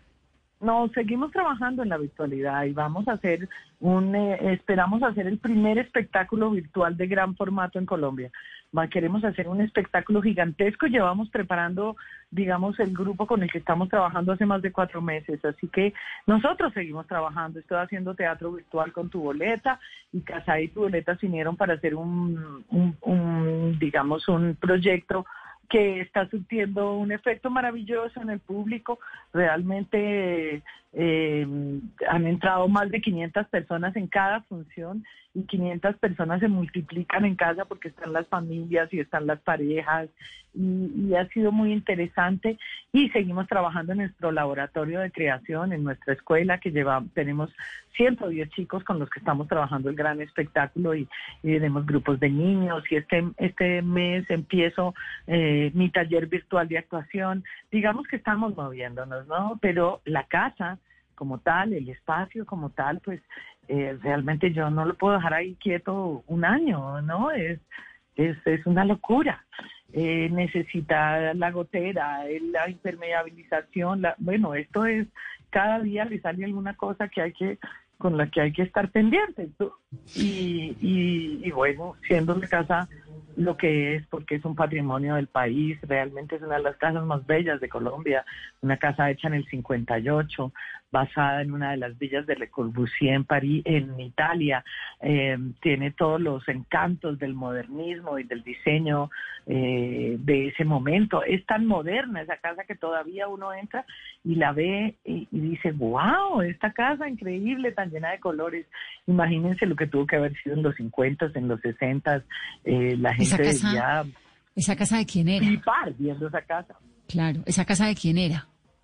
[SPEAKER 14] No, seguimos trabajando en la virtualidad y vamos a hacer un, eh, esperamos hacer el primer espectáculo virtual de gran formato en Colombia. Va, queremos hacer un espectáculo gigantesco, llevamos preparando, digamos, el grupo con el que estamos trabajando hace más de cuatro meses, así que nosotros seguimos trabajando. Estoy haciendo teatro virtual con Tu Boleta, y Casa y Tu Boleta se unieron para hacer un, un, un digamos, un proyecto que está surtiendo un efecto maravilloso en el público. Realmente eh, han entrado más de quinientas personas en cada función, y quinientas personas se multiplican en casa porque están las familias y están las parejas, y, y ha sido muy interesante. Y seguimos trabajando en nuestro laboratorio de creación, en nuestra escuela, que lleva, tenemos ciento diez chicos con los que estamos trabajando el gran espectáculo, y, y tenemos grupos de niños, y este, este mes empiezo eh, mi taller virtual de actuación. Digamos que estamos moviéndonos, ¿no? Pero la casa como tal, el espacio como tal, pues eh, realmente yo no lo puedo dejar ahí quieto un año, ¿no? Es, es, es una locura. Eh, necesita la gotera, la impermeabilización, la, bueno, esto es, cada día le sale alguna cosa que hay que, con la que hay que estar pendientes, ¿no? Y, y, y bueno, siendo la casa lo que es, porque es un patrimonio del país, realmente es una de las casas más bellas de Colombia, una casa hecha en el cincuenta y ocho, basada en una de las villas de Le Corbusier en París, en Italia. Eh, tiene todos los encantos del modernismo y del diseño eh, de ese momento. Es tan moderna esa casa que todavía uno entra y la ve y, y dice, wow, esta casa increíble, tan llena de colores. Imagínense lo que tuvo que haber sido en los cincuenta, en los sesenta, eh, la gente
[SPEAKER 2] ¿Esa casa,
[SPEAKER 14] debía
[SPEAKER 2] ¿Esa casa de quién era?
[SPEAKER 14] flipar viendo esa casa.
[SPEAKER 2] Claro, ¿esa casa de quién era?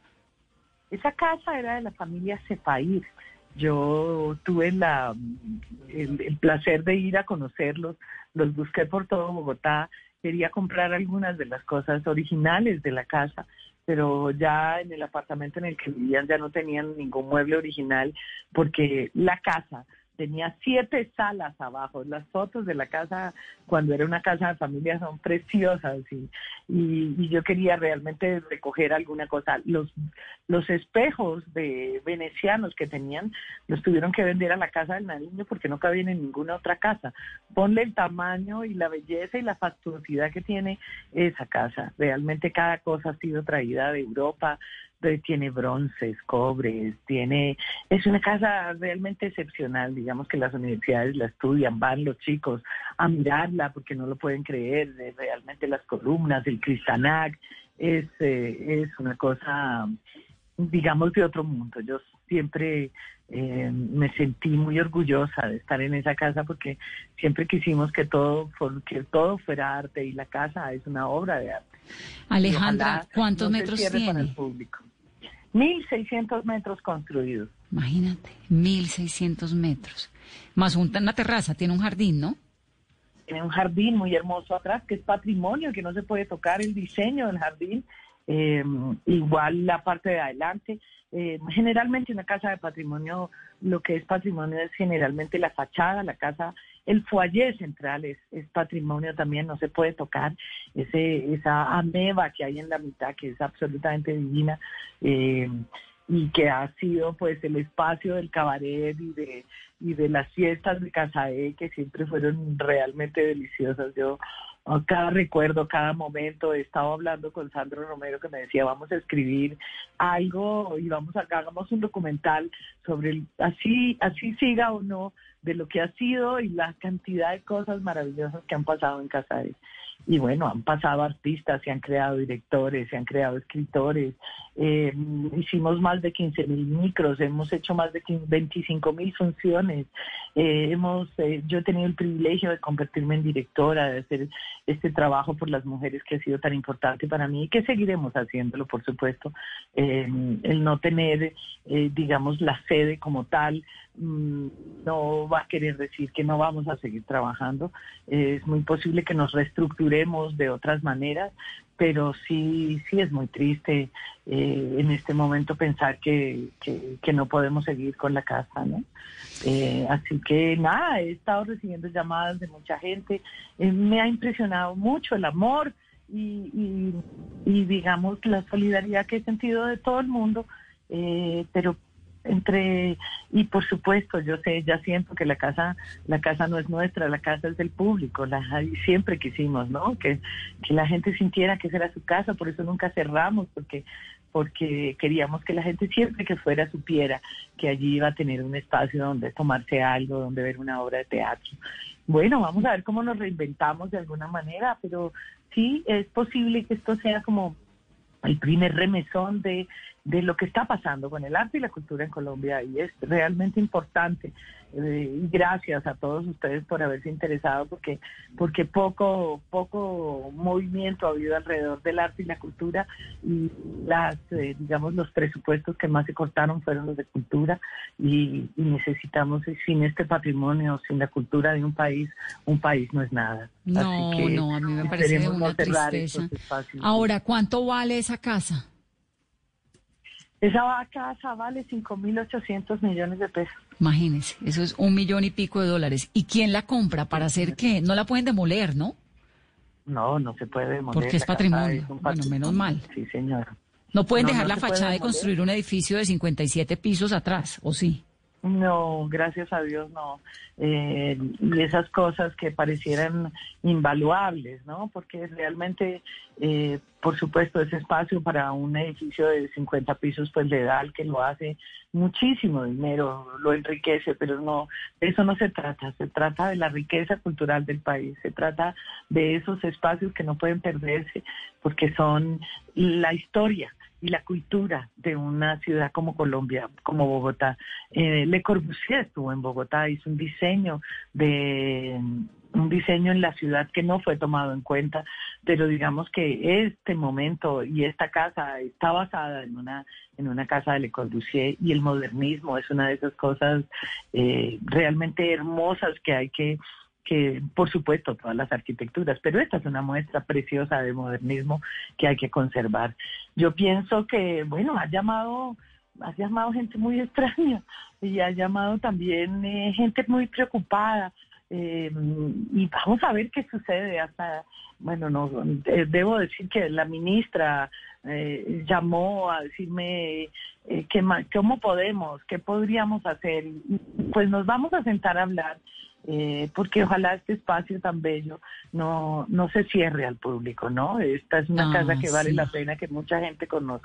[SPEAKER 14] Esa casa era de la familia Sefair. Yo tuve la, el, el placer de ir a conocerlos, los busqué por todo Bogotá, quería comprar algunas de las cosas originales de la casa, pero ya en el apartamento en el que vivían ya no tenían ningún mueble original, porque la casa tenía siete salas abajo. Las fotos de la casa, cuando era una casa de familia, son preciosas, y, y, y yo quería realmente recoger alguna cosa. Los, los espejos de venecianos que tenían, los tuvieron que vender a la Casa del Nariño porque no cabían en ninguna otra casa. Ponle el tamaño y la belleza y la fastuosidad que tiene esa casa. Realmente cada cosa ha sido traída de Europa, eh, tiene bronces, cobres, tiene, es una casa realmente excepcional. Digamos que las universidades la estudian, van los chicos a mirarla porque no lo pueden creer. eh, realmente las columnas, el cristanac, es, eh, es una cosa, digamos, de otro mundo. Yo siempre eh, me sentí muy orgullosa de estar en esa casa porque siempre quisimos que todo, que todo fuera arte, y la casa es una obra de arte.
[SPEAKER 2] Alejandra, ¿cuántos
[SPEAKER 14] no
[SPEAKER 2] metros
[SPEAKER 14] se cierre para
[SPEAKER 2] tiene?
[SPEAKER 14] el público. mil seiscientos metros construidos.
[SPEAKER 2] Imagínate, mil seiscientos metros. Más un- una terraza, tiene un jardín, ¿no?
[SPEAKER 14] Tiene un jardín muy hermoso atrás, que es patrimonio, que no se puede tocar el diseño del jardín. Eh, igual la parte de adelante. Eh, generalmente una casa de patrimonio, lo que es patrimonio es generalmente la fachada, la casa, el foyer central es, es patrimonio también, no se puede tocar. Ese, esa ameba que hay en la mitad, que es absolutamente divina, eh, y que ha sido pues el espacio del cabaret y de y de las fiestas de Casaé, que siempre fueron realmente deliciosas. Yo cada recuerdo, cada momento, he estado hablando con Sandro Romero, que me decía, vamos a escribir algo y vamos a hagamos un documental sobre el, así así siga o no, de lo que ha sido y la cantidad de cosas maravillosas que han pasado en Casaé. Y bueno, han pasado artistas, se han creado directores, se han creado escritores, eh, hicimos más de quince mil micros, hemos hecho más de veinticinco mil funciones, eh, hemos, eh, yo he tenido el privilegio de convertirme en directora, de hacer este trabajo por las mujeres que ha sido tan importante para mí y que seguiremos haciéndolo, por supuesto. Eh, el no tener, eh, digamos, la sede como tal, mmm, no va a querer decir que no vamos a seguir trabajando. Eh, es muy posible que nos reestructuremos de otras maneras, pero sí sí es muy triste eh, en este momento pensar que, que, que no podemos seguir con la casa, ¿no? Eh, así que nada, he estado recibiendo llamadas de mucha gente, eh, me ha impresionado mucho el amor y, y, y digamos la solidaridad que he sentido de todo el mundo, eh, pero entre y por supuesto yo sé, ya siento que la casa la casa no es nuestra, la casa es del público, la y siempre quisimos, ¿no? Que, que la gente sintiera que esa era su casa, por eso nunca cerramos, porque porque queríamos que la gente siempre que fuera supiera que allí iba a tener un espacio donde tomarse algo, donde ver una obra de teatro. Bueno, vamos a ver cómo nos reinventamos de alguna manera, pero sí es posible que esto sea como el primer remesón de, de lo que está pasando con el arte y la cultura en Colombia, y es realmente importante. Eh, y gracias a todos ustedes por haberse interesado, porque porque poco poco movimiento ha habido alrededor del arte y la cultura, y las eh, digamos los presupuestos que más se cortaron fueron los de cultura, y, y necesitamos, sin este patrimonio, sin la cultura de un país, un país no es nada.
[SPEAKER 2] No,
[SPEAKER 14] Así que
[SPEAKER 2] no, a mí me parece de una
[SPEAKER 14] no cerrar
[SPEAKER 2] tristeza.
[SPEAKER 14] estos espacios.
[SPEAKER 2] Ahora, ¿cuánto vale esa casa?
[SPEAKER 14] Esa casa vale cinco mil ochocientos millones de pesos.
[SPEAKER 2] Imagínense, eso es un millón y pico de dólares. ¿Y quién la compra? ¿Para hacer qué? No la pueden demoler, ¿no?
[SPEAKER 14] No, no se puede demoler.
[SPEAKER 2] Porque es
[SPEAKER 14] La casa
[SPEAKER 2] patrimonio.
[SPEAKER 14] es un
[SPEAKER 2] Bueno, menos mal.
[SPEAKER 14] Sí, señor.
[SPEAKER 2] No pueden
[SPEAKER 14] No,
[SPEAKER 2] dejar
[SPEAKER 14] no
[SPEAKER 2] la
[SPEAKER 14] se puede
[SPEAKER 2] fachada y
[SPEAKER 14] demoler.
[SPEAKER 2] construir un edificio de cincuenta y siete pisos atrás, ¿o sí?
[SPEAKER 14] No, gracias a Dios no. Eh, y esas cosas que parecieran invaluables, ¿no? Porque realmente, eh, por supuesto, ese espacio para un edificio de cincuenta pisos, pues le da al que lo hace muchísimo dinero, lo enriquece, pero no, de eso no se trata. Se trata de la riqueza cultural del país, se trata de esos espacios que no pueden perderse, porque son la historia y la cultura de una ciudad como Colombia, como Bogotá. Eh, Le Corbusier estuvo en Bogotá, hizo un diseño de un diseño en la ciudad que no fue tomado en cuenta, pero digamos que este momento y esta casa está basada en una en una casa de Le Corbusier, y el modernismo es una de esas cosas eh, realmente hermosas que hay que que por supuesto todas las arquitecturas, pero esta es una muestra preciosa de modernismo que hay que conservar. Yo pienso que, bueno, ha llamado, ha llamado gente muy extraña y ha llamado también eh, gente muy preocupada, eh, y vamos a ver qué sucede. Hasta, bueno, no eh, debo decir que la ministra eh, llamó a decirme eh, que, cómo podemos, qué podríamos hacer, y pues nos vamos a sentar a hablar. Eh, porque ojalá este espacio tan bello no no se cierre al público, ¿no? Esta es una
[SPEAKER 2] Ah,
[SPEAKER 14] casa que vale
[SPEAKER 2] sí.
[SPEAKER 14] la pena que mucha gente conozca.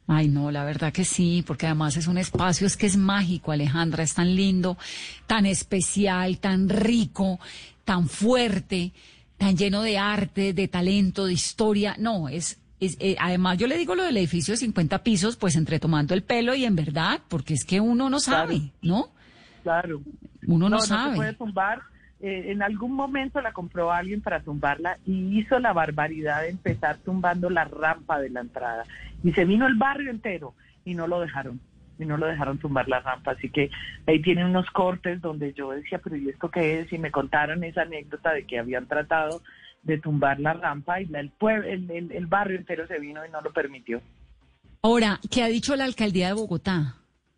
[SPEAKER 2] Ay, no, la verdad que sí, porque además es un espacio, es que es mágico, Alejandra, es tan lindo, tan especial, tan rico, tan fuerte, tan lleno de arte, de talento, de historia. No, es, es eh, además yo le digo lo del edificio de cincuenta pisos, pues entre tomando el pelo y en verdad, porque es que uno no sabe,
[SPEAKER 14] Claro.
[SPEAKER 2] ¿no?
[SPEAKER 14] Claro.
[SPEAKER 2] Uno no,
[SPEAKER 14] no
[SPEAKER 2] sabe.
[SPEAKER 14] No se puede tumbar. Eh, en algún momento la compró alguien para tumbarla y hizo la barbaridad de empezar tumbando la rampa de la entrada. Y se vino el barrio entero y no lo dejaron. Y no lo dejaron tumbar la rampa. Así que ahí tiene unos cortes donde yo decía, pero ¿y esto qué es? Y me contaron esa anécdota de que habían tratado de tumbar la rampa y la, el, pueblo, el, el, el barrio entero se vino y no lo permitió.
[SPEAKER 2] Ahora, ¿qué ha dicho la alcaldía de Bogotá?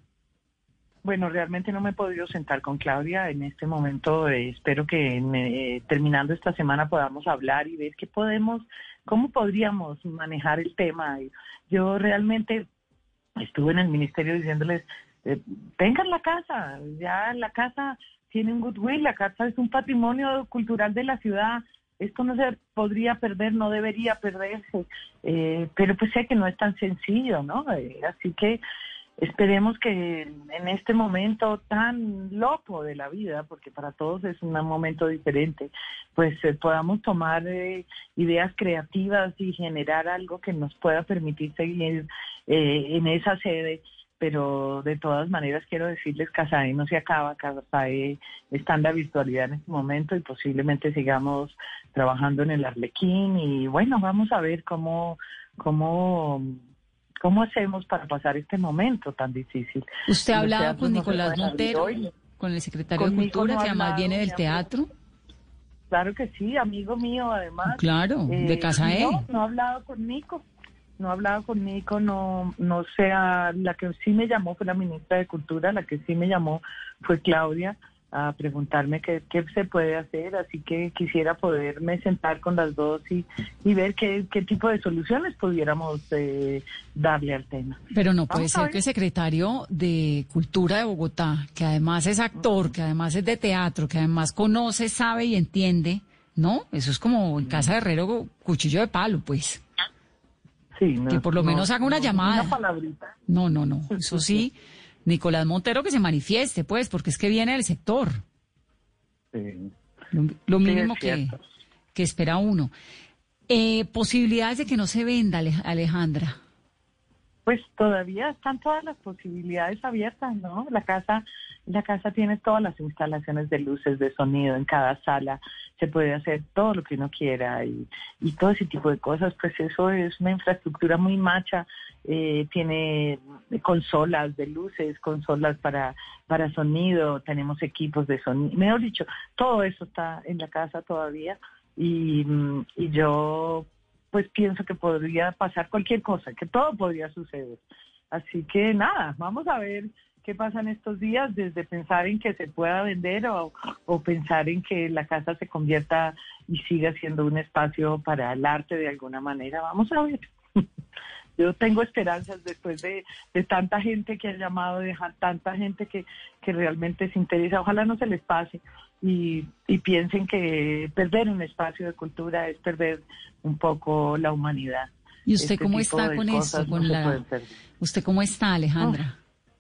[SPEAKER 14] Bueno, realmente no me he podido sentar con Claudia en este momento. Eh, espero que eh, terminando esta semana podamos hablar y ver qué podemos, cómo podríamos manejar el tema. Yo realmente estuve en el ministerio diciéndoles, eh, vengan la casa, ya la casa tiene un goodwill, la casa es un patrimonio cultural de la ciudad. Esto no se podría perder, no debería perderse, eh, pero pues sé que no es tan sencillo, ¿no? Eh, así que esperemos que en este momento tan loco de la vida, porque para todos es un momento diferente, pues eh, podamos tomar eh, ideas creativas y generar algo que nos pueda permitir seguir eh, en esa sede. Pero de todas maneras quiero decirles, CASAE no se acaba, CASAE está en la virtualidad en este momento y posiblemente sigamos trabajando en el Arlequín y bueno, vamos a ver cómo, cómo, cómo hacemos para pasar este momento tan difícil.
[SPEAKER 2] ¿Usted ha hablado con
[SPEAKER 14] no
[SPEAKER 2] Nicolás Montero,
[SPEAKER 14] hoy.
[SPEAKER 2] con el secretario
[SPEAKER 14] Conmigo
[SPEAKER 2] de Cultura,
[SPEAKER 14] no
[SPEAKER 2] que además
[SPEAKER 14] hablado,
[SPEAKER 2] viene del teatro?
[SPEAKER 14] Claro que sí, amigo mío además.
[SPEAKER 2] Claro, de
[SPEAKER 14] eh,
[SPEAKER 2] CASAE.
[SPEAKER 14] No, no ha hablado con Nico. No he hablado con Nico, no, no sea, la que sí me llamó fue la ministra de Cultura, la que sí me llamó fue Claudia a preguntarme qué, qué se puede hacer, así que quisiera poderme sentar con las dos y, y ver qué, qué tipo de soluciones pudiéramos eh, darle al tema.
[SPEAKER 2] Pero no puede
[SPEAKER 14] Vamos a
[SPEAKER 2] ser
[SPEAKER 14] ver.
[SPEAKER 2] que el secretario de Cultura de Bogotá, que además es actor, que además es de teatro, que además conoce, sabe y entiende, ¿no? Eso es como en casa de herrero, cuchillo de palo, pues.
[SPEAKER 14] Sí, no,
[SPEAKER 2] que por lo
[SPEAKER 14] no,
[SPEAKER 2] menos haga una
[SPEAKER 14] no,
[SPEAKER 2] llamada.
[SPEAKER 14] Una palabrita.
[SPEAKER 2] No, no, no. Eso sí, Nicolás Montero que se manifieste, pues, porque es que viene del sector.
[SPEAKER 14] Sí.
[SPEAKER 2] Lo, lo
[SPEAKER 14] Sí,
[SPEAKER 2] mínimo
[SPEAKER 14] es
[SPEAKER 2] que,
[SPEAKER 14] cierto.
[SPEAKER 2] que espera uno. Eh, posibilidades de que no se venda, Ale- Alejandra.
[SPEAKER 14] Pues todavía están todas las posibilidades abiertas, ¿no? La casa, la casa tiene todas las instalaciones de luces, de sonido en cada sala. Se puede hacer todo lo que uno quiera y, y todo ese tipo de cosas. Pues eso es una infraestructura muy macha. Eh, tiene consolas de luces, consolas para, para sonido, tenemos equipos de sonido. Mejor dicho, todo eso está en la casa todavía y, y yo... pues pienso que podría pasar cualquier cosa, que todo podría suceder. Así que nada, vamos a ver qué pasa en estos días, desde pensar en que se pueda vender o, o pensar en que la casa se convierta y siga siendo un espacio para el arte de alguna manera. Vamos a ver. Yo tengo esperanzas después de, de tanta gente que ha llamado, de tanta gente que, que realmente se interesa. Ojalá no se les pase y, y piensen que perder un espacio de cultura es perder un poco la humanidad.
[SPEAKER 2] ¿Y usted
[SPEAKER 14] Este
[SPEAKER 2] cómo
[SPEAKER 14] tipo
[SPEAKER 2] está
[SPEAKER 14] de
[SPEAKER 2] con
[SPEAKER 14] cosas
[SPEAKER 2] eso?
[SPEAKER 14] no
[SPEAKER 2] Con
[SPEAKER 14] se
[SPEAKER 2] la...
[SPEAKER 14] pueden perder.
[SPEAKER 2] ¿Usted cómo está, Alejandra?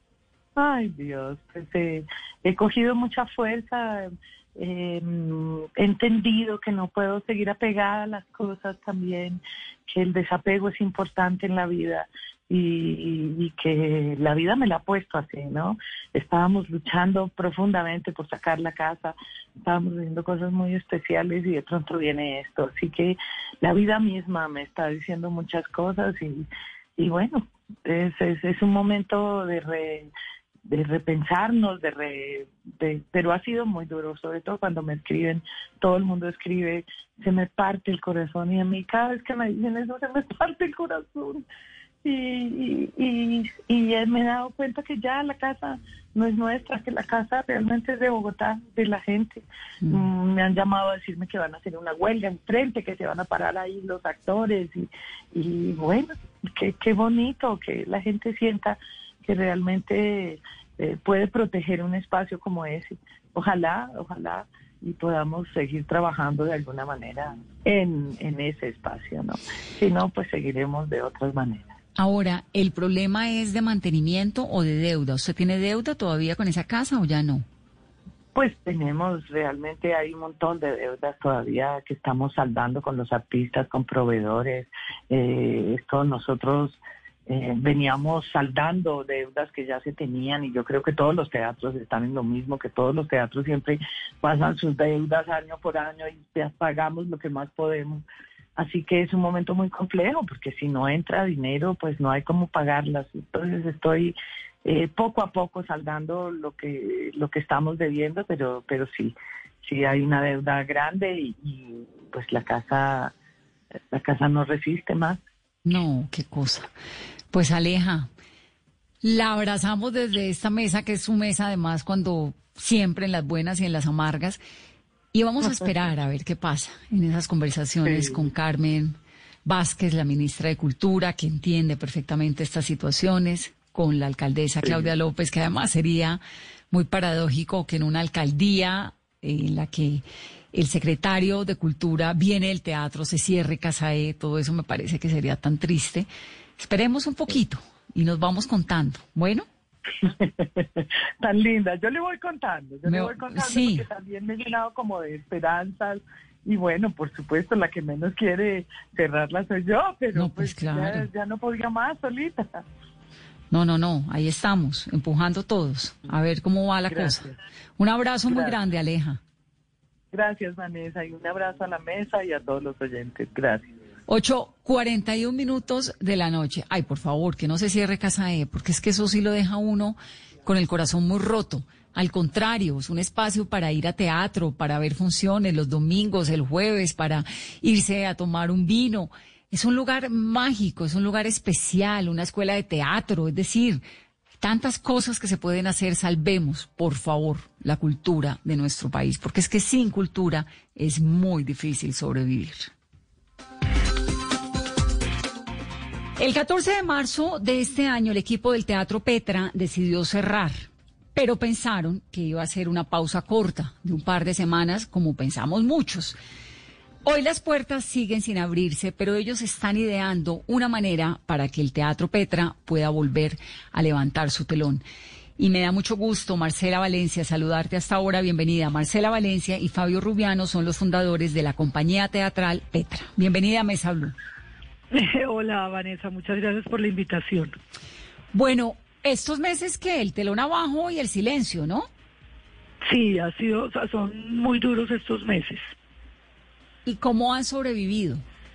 [SPEAKER 14] Ay, Dios, pues, eh, he cogido mucha fuerza, eh, he entendido que no puedo seguir apegada a las cosas también, que el desapego es importante en la vida y, y, y que la vida me la ha puesto así, ¿no? Estábamos luchando profundamente por sacar la casa, estábamos haciendo cosas muy especiales y de pronto viene esto, así que la vida misma me está diciendo muchas cosas y, y bueno, es, es, es un momento de re... de repensarnos, de, re, de pero ha sido muy duro, sobre todo cuando me escriben, todo el mundo escribe, se me parte el corazón y a mí cada vez que me dicen eso se me parte el corazón y, y, y, y me he dado cuenta que ya la casa no es nuestra, que la casa realmente es de Bogotá, de la gente. Mm. Mm, me han llamado a decirme que van a hacer una huelga enfrente, que se van a parar ahí los actores y, y bueno, qué qué bonito que la gente sienta que realmente eh, puede proteger un espacio como ese. Ojalá, ojalá y podamos seguir trabajando de alguna manera en, en ese espacio, ¿no? Si no, pues seguiremos de otras maneras.
[SPEAKER 2] Ahora, ¿el problema es de mantenimiento o de deuda? ¿Usted tiene deuda todavía con esa casa o ya no?
[SPEAKER 14] Pues tenemos, realmente hay un montón de deudas todavía que estamos saldando con los artistas, con proveedores. Eh, esto nosotros eh, veníamos saldando deudas que ya se tenían y yo creo que todos los teatros están en lo mismo, que todos los teatros siempre pasan sus deudas año por año y ya pagamos lo que más podemos. Así que es un momento muy complejo porque si no entra dinero, pues no hay cómo pagarlas. Entonces estoy... Eh, poco a poco saldando lo que lo que estamos debiendo, pero pero sí, sí hay una deuda grande y, y pues la casa la casa no resiste más.
[SPEAKER 2] No, qué cosa. Pues Aleja, la abrazamos desde esta mesa, que es su mesa además cuando siempre en las buenas y en las amargas, y vamos a esperar a ver qué pasa en esas conversaciones sí. con Carmen Vázquez, la ministra de Cultura, que entiende perfectamente estas situaciones, con la alcaldesa Claudia sí. López, que además sería muy paradójico que en una alcaldía en la que el secretario de Cultura viene del teatro, se cierre Casae, todo eso me parece que sería tan triste. Esperemos un poquito y nos vamos contando. Bueno.
[SPEAKER 14] Tan linda, yo le voy contando, yo
[SPEAKER 2] me,
[SPEAKER 14] le voy contando
[SPEAKER 2] sí.
[SPEAKER 14] porque también me he llenado como de esperanzas. Y bueno, por supuesto, la que menos quiere cerrarla soy yo, pero
[SPEAKER 2] no, pues,
[SPEAKER 14] pues
[SPEAKER 2] claro.
[SPEAKER 14] ya, ya no podía más solita.
[SPEAKER 2] No, no, no, ahí estamos, empujando todos, a ver cómo va la
[SPEAKER 14] Gracias.
[SPEAKER 2] cosa. Un abrazo
[SPEAKER 14] Gracias.
[SPEAKER 2] muy grande, Aleja.
[SPEAKER 14] Gracias, Vanessa, y un abrazo a la mesa y a todos los oyentes. Gracias.
[SPEAKER 2] ocho cuarenta y un minutos de la noche. Ay, por favor, que no se cierre Casae, porque es que eso sí lo deja uno con el corazón muy roto. Al contrario, es un espacio para ir a teatro, para ver funciones los domingos, el jueves, para irse a tomar un vino. Es un lugar mágico, es un lugar especial, una escuela de teatro, es decir, tantas cosas que se pueden hacer. Salvemos, por favor, la cultura de nuestro país, porque es que sin cultura es muy difícil sobrevivir. El catorce de marzo de este año, el equipo del Teatro Petra decidió cerrar, pero pensaron que iba a ser una pausa corta de un par de semanas, como pensamos muchos. Hoy las puertas siguen sin abrirse, pero ellos están ideando una manera para que el Teatro Petra pueda volver a levantar su telón. Y me da mucho gusto, Marcela Valencia, saludarte hasta ahora. Bienvenida. Marcela Valencia y Fabio Rubiano son los fundadores de la compañía teatral Petra. Bienvenida a Mesa Blue.
[SPEAKER 9] Hola, Vanessa, muchas gracias por la invitación.
[SPEAKER 2] Bueno, estos meses que el telón abajo y el silencio, ¿no?
[SPEAKER 9] Sí, ha sido, o sea, son muy duros estos meses.
[SPEAKER 2] ¿Y cómo han sobrevivido?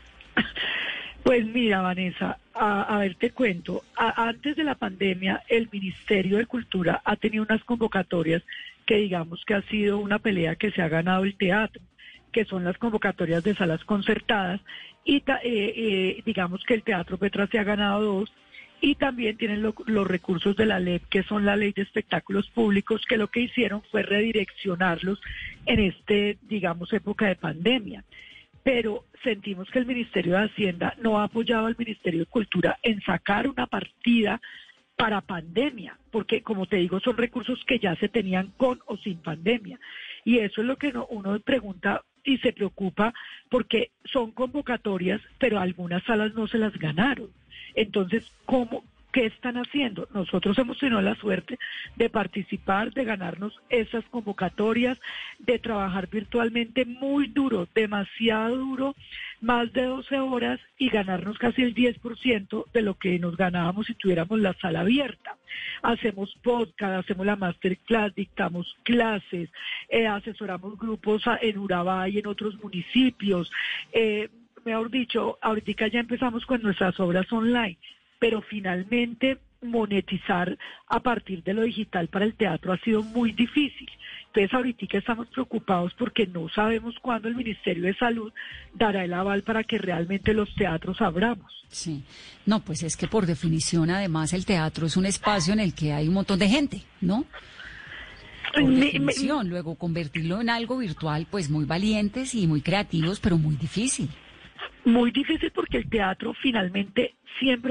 [SPEAKER 9] Pues mira, Vanessa, a, a ver, te cuento. A, antes de la pandemia, el Ministerio de Cultura ha tenido unas convocatorias que digamos que ha sido una pelea que se ha ganado el teatro, que son las convocatorias de salas concertadas, y ta, eh, eh, digamos que el Teatro Petra se ha ganado dos, y también tienen lo, los recursos de la L E P, que son la Ley de Espectáculos Públicos, que lo que hicieron fue redireccionarlos en este, digamos, época de pandemia. Pero sentimos que el Ministerio de Hacienda no ha apoyado al Ministerio de Cultura en sacar una partida para pandemia, porque como te digo, son recursos que ya se tenían con o sin pandemia. Y eso es lo que uno pregunta y se preocupa, porque son convocatorias, pero algunas salas no se las ganaron. Entonces, ¿cómo, qué están haciendo? Nosotros hemos tenido la suerte de participar, de ganarnos esas convocatorias, de trabajar virtualmente muy duro, demasiado duro, más de doce horas y ganarnos casi el diez por ciento de lo que nos ganábamos si tuviéramos la sala abierta. Hacemos podcast, hacemos la masterclass, dictamos clases, eh, asesoramos grupos en Urabá y en otros municipios. Eh, mejor dicho, ahorita ya empezamos con nuestras obras online, pero finalmente monetizar a partir de lo digital para el teatro ha sido muy difícil. Entonces ahorita estamos preocupados porque no sabemos cuándo el Ministerio de Salud dará el aval para que realmente los teatros abramos.
[SPEAKER 2] Sí, no, pues es que por definición además el teatro es un espacio en el que hay un montón de gente, ¿no? Por definición, luego convertirlo en algo virtual, pues muy valientes y muy creativos, pero muy difícil.
[SPEAKER 9] Muy difícil porque el teatro finalmente siempre ha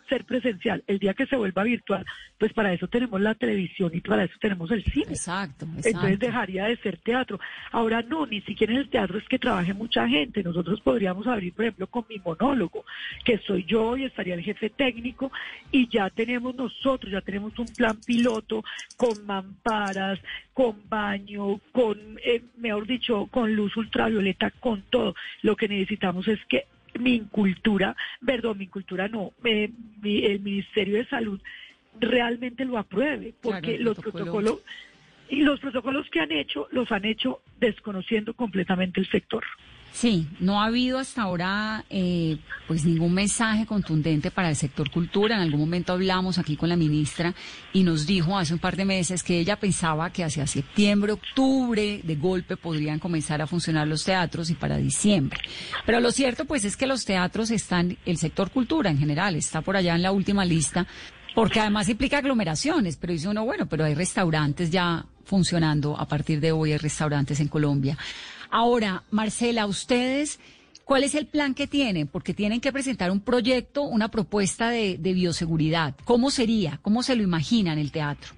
[SPEAKER 9] ser presencial. El día que se vuelva virtual, pues para eso tenemos la televisión y para eso tenemos el cine.
[SPEAKER 2] Exacto, exacto.
[SPEAKER 9] Entonces dejaría de ser teatro. Ahora no, ni siquiera en el teatro es que trabaje mucha gente. Nosotros podríamos abrir, por ejemplo, con mi monólogo, que soy yo y estaría el jefe técnico, y ya tenemos nosotros, ya tenemos un plan piloto con mamparas, con baño, con, eh, mejor dicho, con luz ultravioleta, con todo. Lo que necesitamos es que mi cultura, perdón, mi cultura no, eh, mi, el Ministerio de Salud realmente lo apruebe, porque claro, los protocolo. protocolos y los protocolos que han hecho, los han hecho desconociendo completamente el sector.
[SPEAKER 2] Sí, no ha habido hasta ahora eh, pues ningún mensaje contundente para el sector cultura. En algún momento hablamos aquí con la ministra y nos dijo hace un par de meses que ella pensaba que hacia septiembre, octubre, de golpe podrían comenzar a funcionar los teatros y para diciembre. Pero lo cierto pues es que los teatros están, el sector cultura en general está por allá en la última lista, porque además implica aglomeraciones, pero dice uno, bueno, pero hay restaurantes ya funcionando a partir de hoy, hay restaurantes en Colombia. Ahora, Marcela, ustedes, ¿cuál es el plan que tienen? Porque tienen que presentar un proyecto, una propuesta de, de bioseguridad. ¿Cómo sería? ¿Cómo se lo imaginan el teatro?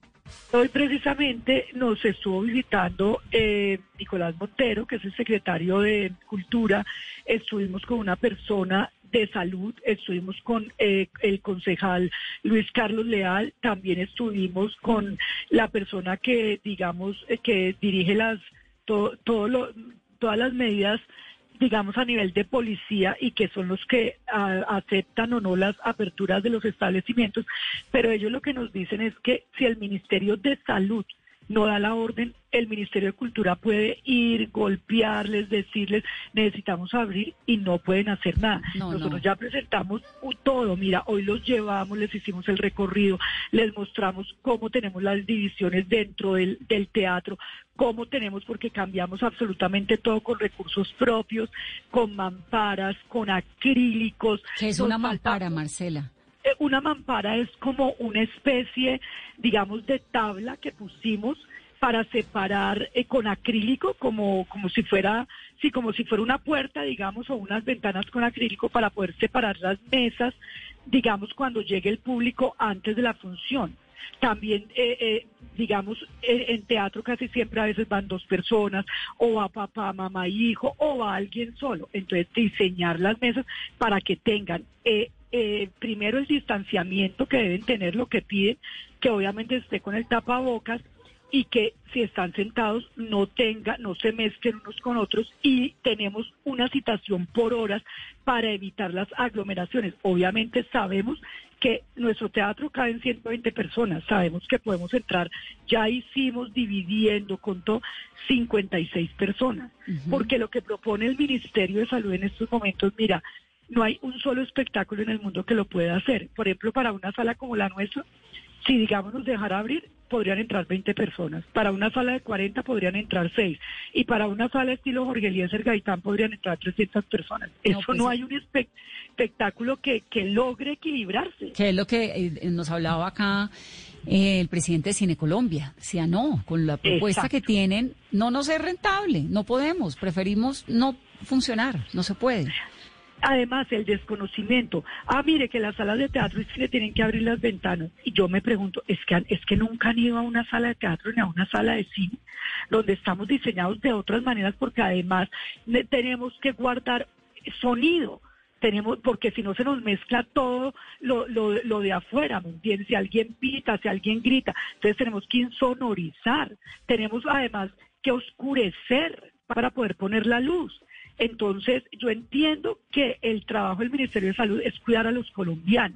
[SPEAKER 9] Hoy precisamente nos estuvo visitando eh, Nicolás Montero, que es el secretario de Cultura. Estuvimos con una persona de salud, estuvimos con eh, el concejal Luis Carlos Leal, también estuvimos con la persona que, digamos, eh, que dirige las todo, todo lo, todas las medidas, digamos, a nivel de policía y que son los que a, aceptan o no las aperturas de los establecimientos, pero ellos lo que nos dicen es que si el Ministerio de Salud no da la orden, el Ministerio de Cultura puede ir, golpearles, decirles, necesitamos abrir y no pueden hacer nada. No, Nosotros no. ya presentamos todo, mira, hoy los llevamos, les hicimos el recorrido, les mostramos cómo tenemos las divisiones dentro del, del teatro, cómo tenemos, porque cambiamos absolutamente todo con recursos propios, con mamparas, con acrílicos.
[SPEAKER 2] ¿Qué es una mampara, Marcela?
[SPEAKER 9] Una mampara es como una especie, digamos, de tabla que pusimos para separar eh, con acrílico, como como si fuera, sí, como si fuera una puerta, digamos, o unas ventanas con acrílico para poder separar las mesas, digamos, cuando llegue el público antes de la función. También, eh, eh, digamos, eh, en teatro casi siempre a veces van dos personas, o va papá, mamá, hijo, o va alguien solo. Entonces, diseñar las mesas para que tengan eh, eh, primero el distanciamiento que deben tener, lo que piden, que obviamente esté con el tapabocas, y que si están sentados no tenga, no se mezclen unos con otros, y tenemos una citación por horas para evitar las aglomeraciones. Obviamente sabemos que nuestro teatro caben ciento veinte personas, sabemos que podemos entrar, ya hicimos dividiendo con todo cincuenta y seis personas, uh-huh. porque lo que propone el Ministerio de Salud en estos momentos, mira, no hay un solo espectáculo en el mundo que lo pueda hacer. Por ejemplo, para una sala como la nuestra, si digamos nos dejara abrir, podrían entrar veinte personas. Para una sala de cuarenta podrían entrar seis. Y para una sala estilo Jorge Eliezer Gaitán podrían entrar trescientas personas. No, Eso pues, no hay un espe- espectáculo que, que logre equilibrarse.
[SPEAKER 2] Que es lo que eh, nos hablaba acá eh, el presidente de Cine Colombia. Decía, no, con la propuesta Exacto. que tienen, no nos es rentable, no podemos, preferimos no funcionar, no se puede.
[SPEAKER 9] Además, el desconocimiento. Ah, mire, que las salas de teatro y cine tienen que abrir las ventanas. Y yo me pregunto, ¿es que, es que nunca han ido a una sala de teatro ni a una sala de cine? Donde estamos diseñados de otras maneras, porque además tenemos que guardar sonido. Tenemos, porque si no se nos mezcla todo lo, lo, lo de afuera, ¿me entiendes? Si alguien pita, si alguien grita. Entonces tenemos que insonorizar. Tenemos además que oscurecer para poder poner la luz. Entonces, yo entiendo que el trabajo del Ministerio de Salud es cuidar a los colombianos,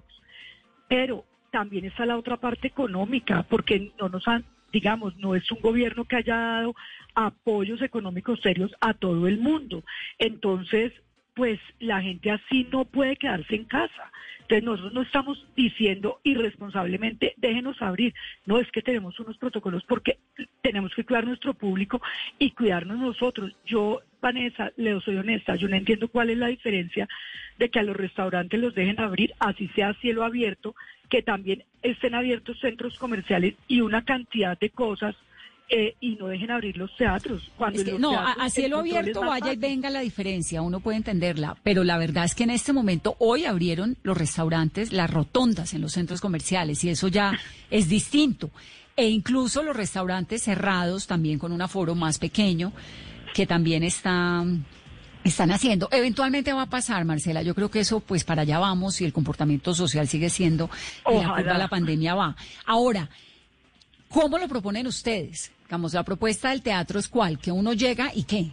[SPEAKER 9] pero también está la otra parte económica, porque no nos han, digamos, no es un gobierno que haya dado apoyos económicos serios a todo el mundo. Entonces, pues la gente así no puede quedarse en casa. Entonces nosotros no estamos diciendo irresponsablemente, déjenos abrir. No, es que tenemos unos protocolos porque tenemos que cuidar nuestro público y cuidarnos nosotros. Yo, Vanessa, le soy honesta, yo no entiendo cuál es la diferencia de que a los restaurantes los dejen abrir, así sea cielo abierto, que también estén abiertos centros comerciales y una cantidad de cosas eh, y no dejen abrir los teatros. Cuando
[SPEAKER 2] Es que,
[SPEAKER 9] los
[SPEAKER 2] no,
[SPEAKER 9] teatros,
[SPEAKER 2] a, a cielo
[SPEAKER 9] el control
[SPEAKER 2] abierto
[SPEAKER 9] es más
[SPEAKER 2] vaya y
[SPEAKER 9] fácil.
[SPEAKER 2] venga la diferencia, uno puede entenderla, pero la verdad es que en este momento hoy abrieron los restaurantes, las rotondas en los centros comerciales y eso ya es distinto. E incluso los restaurantes cerrados también con un aforo más pequeño que también están, están haciendo. Eventualmente va a pasar, Marcela, yo creo que eso pues para allá vamos y el comportamiento social sigue siendo y la
[SPEAKER 9] Ojalá.
[SPEAKER 2] curva de la pandemia va. Ahora, ¿cómo lo proponen ustedes? Digamos, la propuesta del teatro es cuál, que uno llega y qué.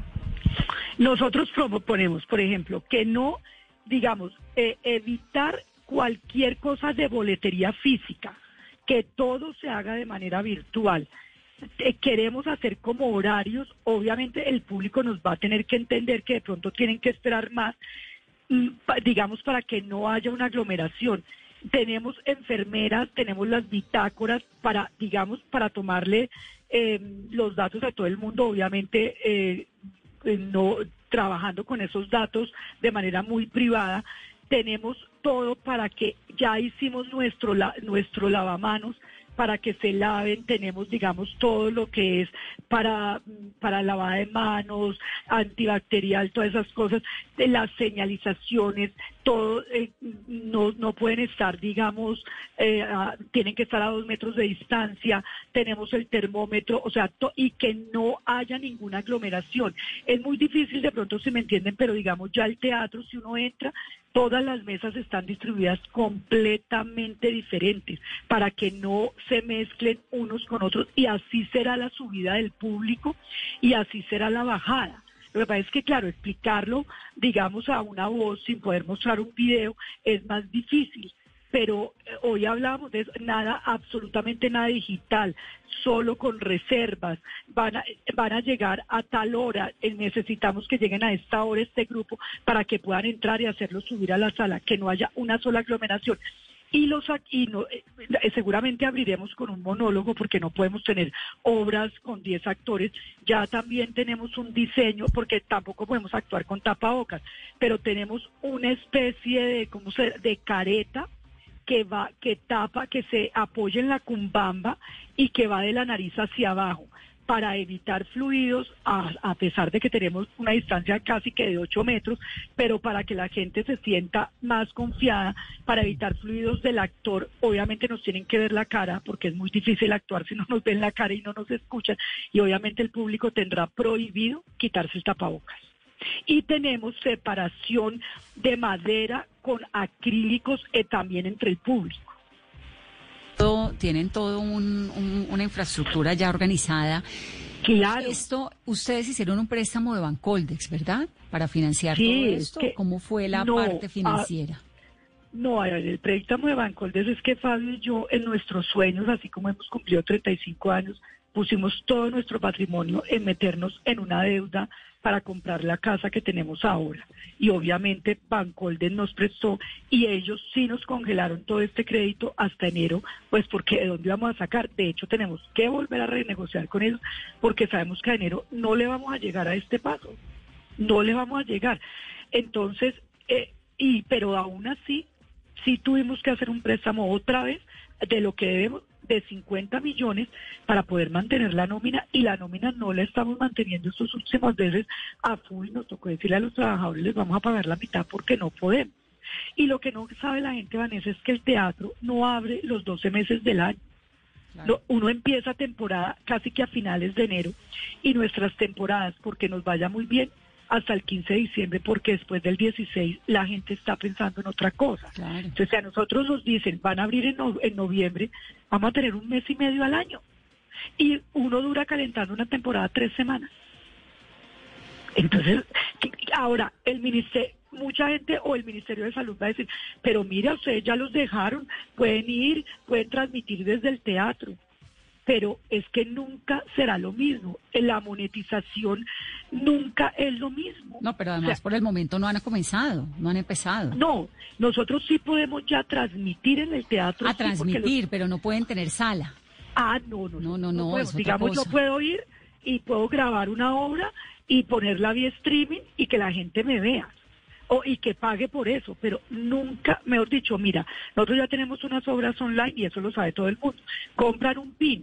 [SPEAKER 9] Nosotros proponemos, por ejemplo, que no, digamos, eh, evitar cualquier cosa de boletería física, que todo se haga de manera virtual. Eh, queremos hacer como horarios, obviamente el público nos va a tener que entender que de pronto tienen que esperar más, mm, pa- digamos, para que no haya una aglomeración. Tenemos enfermeras, tenemos las bitácoras para, digamos, para tomarle eh, los datos a todo el mundo, obviamente eh, eh, no trabajando con esos datos de manera muy privada. Tenemos todo para que ya hicimos nuestro la- nuestro lavamanos para que se laven, tenemos, digamos, todo lo que es para, para lavada de manos, antibacterial, todas esas cosas, de las señalizaciones, todo, eh, no, no pueden estar, digamos, eh, a- tienen que estar a dos metros de distancia, tenemos el termómetro, o sea, to- y que no haya ninguna aglomeración. Es muy difícil, de pronto se me entienden, pero digamos, ya el teatro, si uno entra, todas las mesas están distribuidas completamente diferentes para que no se mezclen unos con otros y así será la subida del público y así será la bajada. Lo que pasa es que, claro, explicarlo, digamos, a una voz sin poder mostrar un video es más difícil. Pero eh, hoy hablamos de eso, nada, absolutamente nada digital, solo con reservas, van a, van a llegar a tal hora, eh, necesitamos que lleguen a esta hora este grupo para que puedan entrar y hacerlo subir a la sala, que no haya una sola aglomeración. Y los aquí no, eh, seguramente abriremos con un monólogo porque no podemos tener obras con diez actores. Ya también tenemos un diseño porque tampoco podemos actuar con tapabocas, pero tenemos una especie de, ¿cómo se, de careta que va, que tapa, que se apoya en la cumbamba y que va de la nariz hacia abajo para evitar fluidos, a, a pesar de que tenemos una distancia casi que de ocho metros, pero para que la gente se sienta más confiada, para evitar fluidos del actor. Obviamente nos tienen que ver la cara, porque es muy difícil actuar si no nos ven la cara y no nos escuchan, y obviamente el público tendrá prohibido quitarse el tapabocas. Y tenemos separación de madera con acrílicos eh, también entre el público.
[SPEAKER 2] Todo- tienen todo un- un- una infraestructura ya organizada.
[SPEAKER 9] Claro.
[SPEAKER 2] Esto, ustedes hicieron un préstamo de Bancoldex, ¿verdad? Para financiar
[SPEAKER 9] Sí,
[SPEAKER 2] todo
[SPEAKER 9] es
[SPEAKER 2] esto.
[SPEAKER 9] que
[SPEAKER 2] ¿Cómo fue la
[SPEAKER 9] no,
[SPEAKER 2] parte
[SPEAKER 9] ah,
[SPEAKER 2] financiera?
[SPEAKER 9] No, a ver, el préstamo de Bancoldes es que Fabio y yo en nuestros sueños, así como hemos cumplido treinta y cinco años, pusimos todo nuestro patrimonio en meternos en una deuda para comprar la casa que tenemos ahora. Y obviamente Bancoldes nos prestó y ellos sí nos congelaron todo este crédito hasta enero, pues porque ¿de dónde vamos a sacar? De hecho tenemos que volver a renegociar con ellos porque sabemos que a enero no le vamos a llegar a este paso, no le vamos a llegar. Entonces, eh, y pero aún así, sí tuvimos que hacer un préstamo otra vez de lo que debemos, de cincuenta millones para poder mantener la nómina, y la nómina no la estamos manteniendo estos últimos meses a full. Nos tocó decirle a los trabajadores, les vamos a pagar la mitad porque no podemos. Y lo que no sabe la gente, Vanessa, es que el teatro no abre los doce meses del año. Lo- uno empieza temporada casi que a finales de enero y nuestras temporadas, porque nos vaya muy bien, hasta el quince de diciembre, porque después del dieciséis la gente está pensando en otra cosa. Entonces, si a nosotros nos dicen, van a abrir en, no- en noviembre, vamos a tener un mes y medio al año. Y uno dura calentando una temporada tres semanas. Entonces, ahora, el ministerio, mucha gente o el Ministerio de Salud va a decir, pero mira, ustedes ya los dejaron, pueden ir, pueden transmitir desde el teatro. Pero es que nunca será lo mismo. La monetización nunca es lo mismo.
[SPEAKER 2] No, pero además
[SPEAKER 9] O sea,
[SPEAKER 2] por el momento no han comenzado, no han empezado.
[SPEAKER 9] no, nosotros sí podemos ya transmitir en el teatro.
[SPEAKER 2] A
[SPEAKER 9] sí, porque
[SPEAKER 2] transmitir,
[SPEAKER 9] los-
[SPEAKER 2] pero no pueden tener sala.
[SPEAKER 9] Ah, no, no,
[SPEAKER 2] No, no, no,
[SPEAKER 9] podemos.
[SPEAKER 2] es otra
[SPEAKER 9] Digamos,
[SPEAKER 2] cosa.
[SPEAKER 9] yo puedo ir y puedo grabar una obra y ponerla vía streaming y que la gente me vea. O, y que pague por eso, pero nunca, mejor dicho, mira, nosotros ya tenemos unas obras online y eso lo sabe todo el mundo. Compran un pin,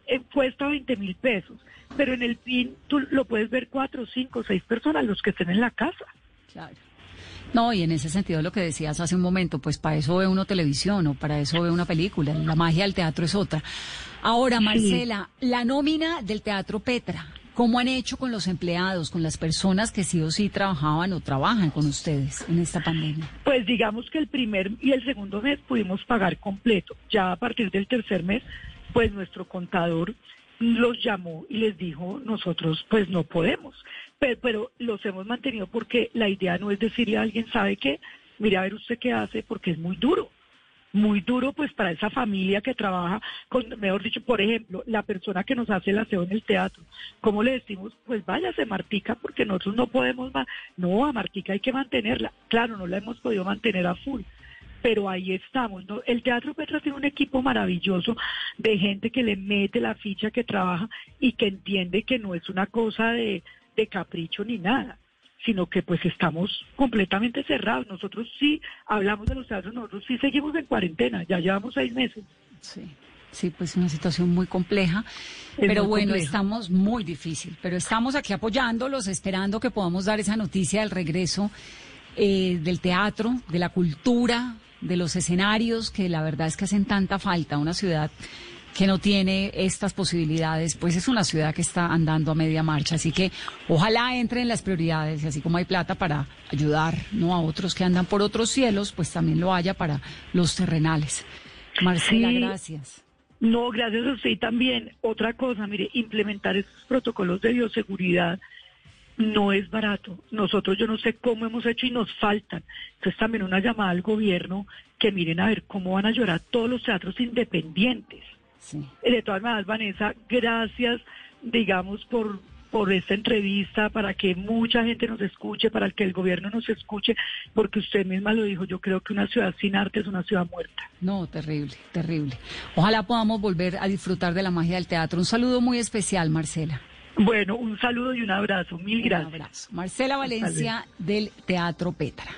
[SPEAKER 9] eh, cuesta veinte mil pesos, pero en el P I N tú lo puedes ver cuatro, cinco, seis personas, los que estén en la casa.
[SPEAKER 2] Claro. No, y en ese sentido lo que decías hace un momento, pues para eso ve uno televisión o para eso ve una película, la magia del teatro es otra. Ahora, Marcela, sí. La nómina del Teatro Petra, ¿cómo han hecho con los empleados, con las personas que sí o sí trabajaban o trabajan con ustedes en esta pandemia?
[SPEAKER 9] Pues digamos que el primer y el segundo mes pudimos pagar completo. Ya a partir del tercer mes, pues nuestro contador los llamó y les dijo, nosotros pues no podemos, pero, pero los hemos mantenido porque la idea no es decirle a alguien, ¿sabe qué? Mire a ver usted qué hace, porque es muy duro, muy duro pues para esa familia que trabaja, con, mejor dicho, por ejemplo, la persona que nos hace el aseo en el teatro, ¿cómo le decimos? Pues váyase Martica, porque nosotros no podemos más, no, a Martica hay que mantenerla, claro, no la hemos podido mantener a full, pero ahí estamos, ¿no? El Teatro Petra tiene un equipo maravilloso de gente que le mete la ficha, que trabaja y que entiende que no es una cosa de, de capricho ni nada, sino que pues estamos completamente cerrados. Nosotros sí hablamos de los teatros, nosotros sí seguimos en cuarentena, ya llevamos seis meses.
[SPEAKER 2] Sí. Sí, pues una situación muy compleja, es pero muy bueno, compleja. Estamos muy difícil, pero estamos aquí apoyándolos, esperando que podamos dar esa noticia del regreso eh, del teatro, de la cultura, de los escenarios, que la verdad es que hacen tanta falta. Una ciudad que no tiene estas posibilidades, pues es una ciudad que está andando a media marcha, así que ojalá entre en las prioridades, y así como hay plata para ayudar, ¿no?, a otros que andan por otros cielos, pues también lo haya para los terrenales. Marcela, sí. Gracias.
[SPEAKER 9] No, gracias a usted también. Otra cosa, mire, implementar estos protocolos de bioseguridad no es barato. Nosotros yo no sé cómo hemos hecho y nos faltan. Entonces también una llamada al gobierno que miren a ver cómo van a llorar todos los teatros independientes.
[SPEAKER 2] Sí.
[SPEAKER 9] De todas maneras, Vanessa, gracias, digamos, por, por esta entrevista, para que mucha gente nos escuche, para que el gobierno nos escuche, porque usted misma lo dijo, yo creo que una ciudad sin arte es una ciudad muerta.
[SPEAKER 2] No, terrible, terrible. Ojalá podamos volver a disfrutar de la magia del teatro. Un saludo muy especial, Marcela.
[SPEAKER 9] Bueno, un saludo y un abrazo. Mil gracias.
[SPEAKER 2] Un abrazo. Marcela Valencia del Teatro Petra.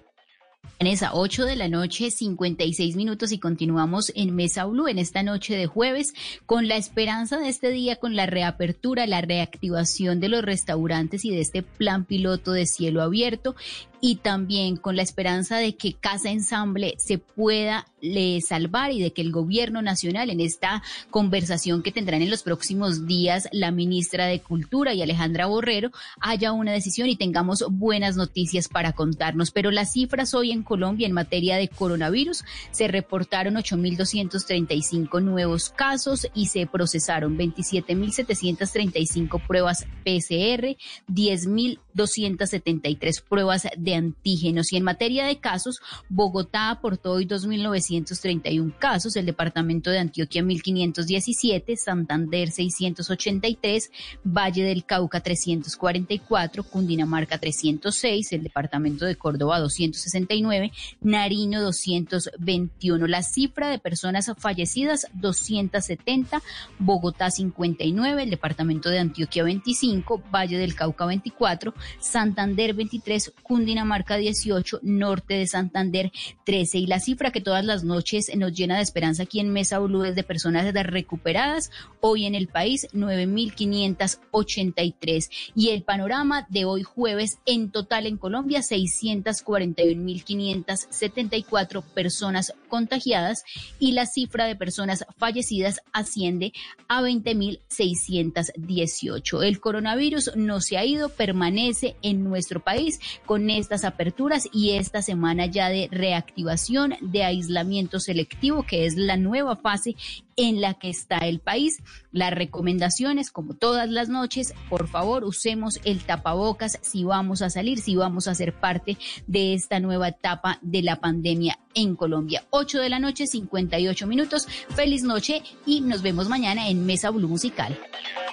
[SPEAKER 3] Vanessa, ocho de la noche, cincuenta y seis minutos y continuamos en Mesa Blue en esta noche de jueves con la esperanza de este día, con la reapertura, la reactivación de los restaurantes y de este plan piloto de cielo abierto, y también con la esperanza de que Casa Ensamble se pueda le salvar y de que el gobierno nacional, en esta conversación que tendrán en los próximos días la ministra de Cultura y Alejandra Borrero, haya una decisión y tengamos buenas noticias para contarnos. Pero las cifras hoy en Colombia en materia de coronavirus: se reportaron ocho mil doscientos treinta y cinco nuevos casos y se procesaron veintisiete mil setecientos treinta y cinco pruebas P C R, diez mil doscientos setenta y tres pruebas de antígenos. Y en materia de casos, Bogotá aportó hoy dos mil novecientos treinta y uno casos, el departamento de Antioquia mil quinientos diecisiete, Santander seiscientos ochenta y tres, Valle del Cauca trescientos cuarenta y cuatro, Cundinamarca trescientos seis, el departamento de Córdoba doscientos sesenta y nueve, Nariño doscientos veintiuno. La cifra de personas fallecidas doscientos setenta, Bogotá cincuenta y nueve, el departamento de Antioquia veinticinco, Valle del Cauca veinticuatro, Santander veintitrés, Cundinamarca dieciocho, Norte de Santander trece. Y la cifra que todas las noches nos llena de esperanza aquí en Mesa Blue es de personas recuperadas. Hoy en el país nueve mil quinientos ochenta y tres. Y el panorama de hoy jueves, en total en Colombia seiscientos cuarenta y un mil quinientos setenta y cuatro personas contagiadas, y la cifra de personas fallecidas asciende a veinte mil seiscientos dieciocho. El coronavirus no se ha ido, permanece en nuestro país con estas aperturas y esta semana ya de reactivación, de aislamiento selectivo, que es la nueva fase en la que está el país. Las recomendaciones, como todas las noches: por favor, usemos el tapabocas si vamos a salir, si vamos a ser parte de esta nueva etapa de la pandemia en Colombia. ocho de la noche, cincuenta y ocho minutos. Feliz noche y nos vemos mañana en Mesa Blue Musical.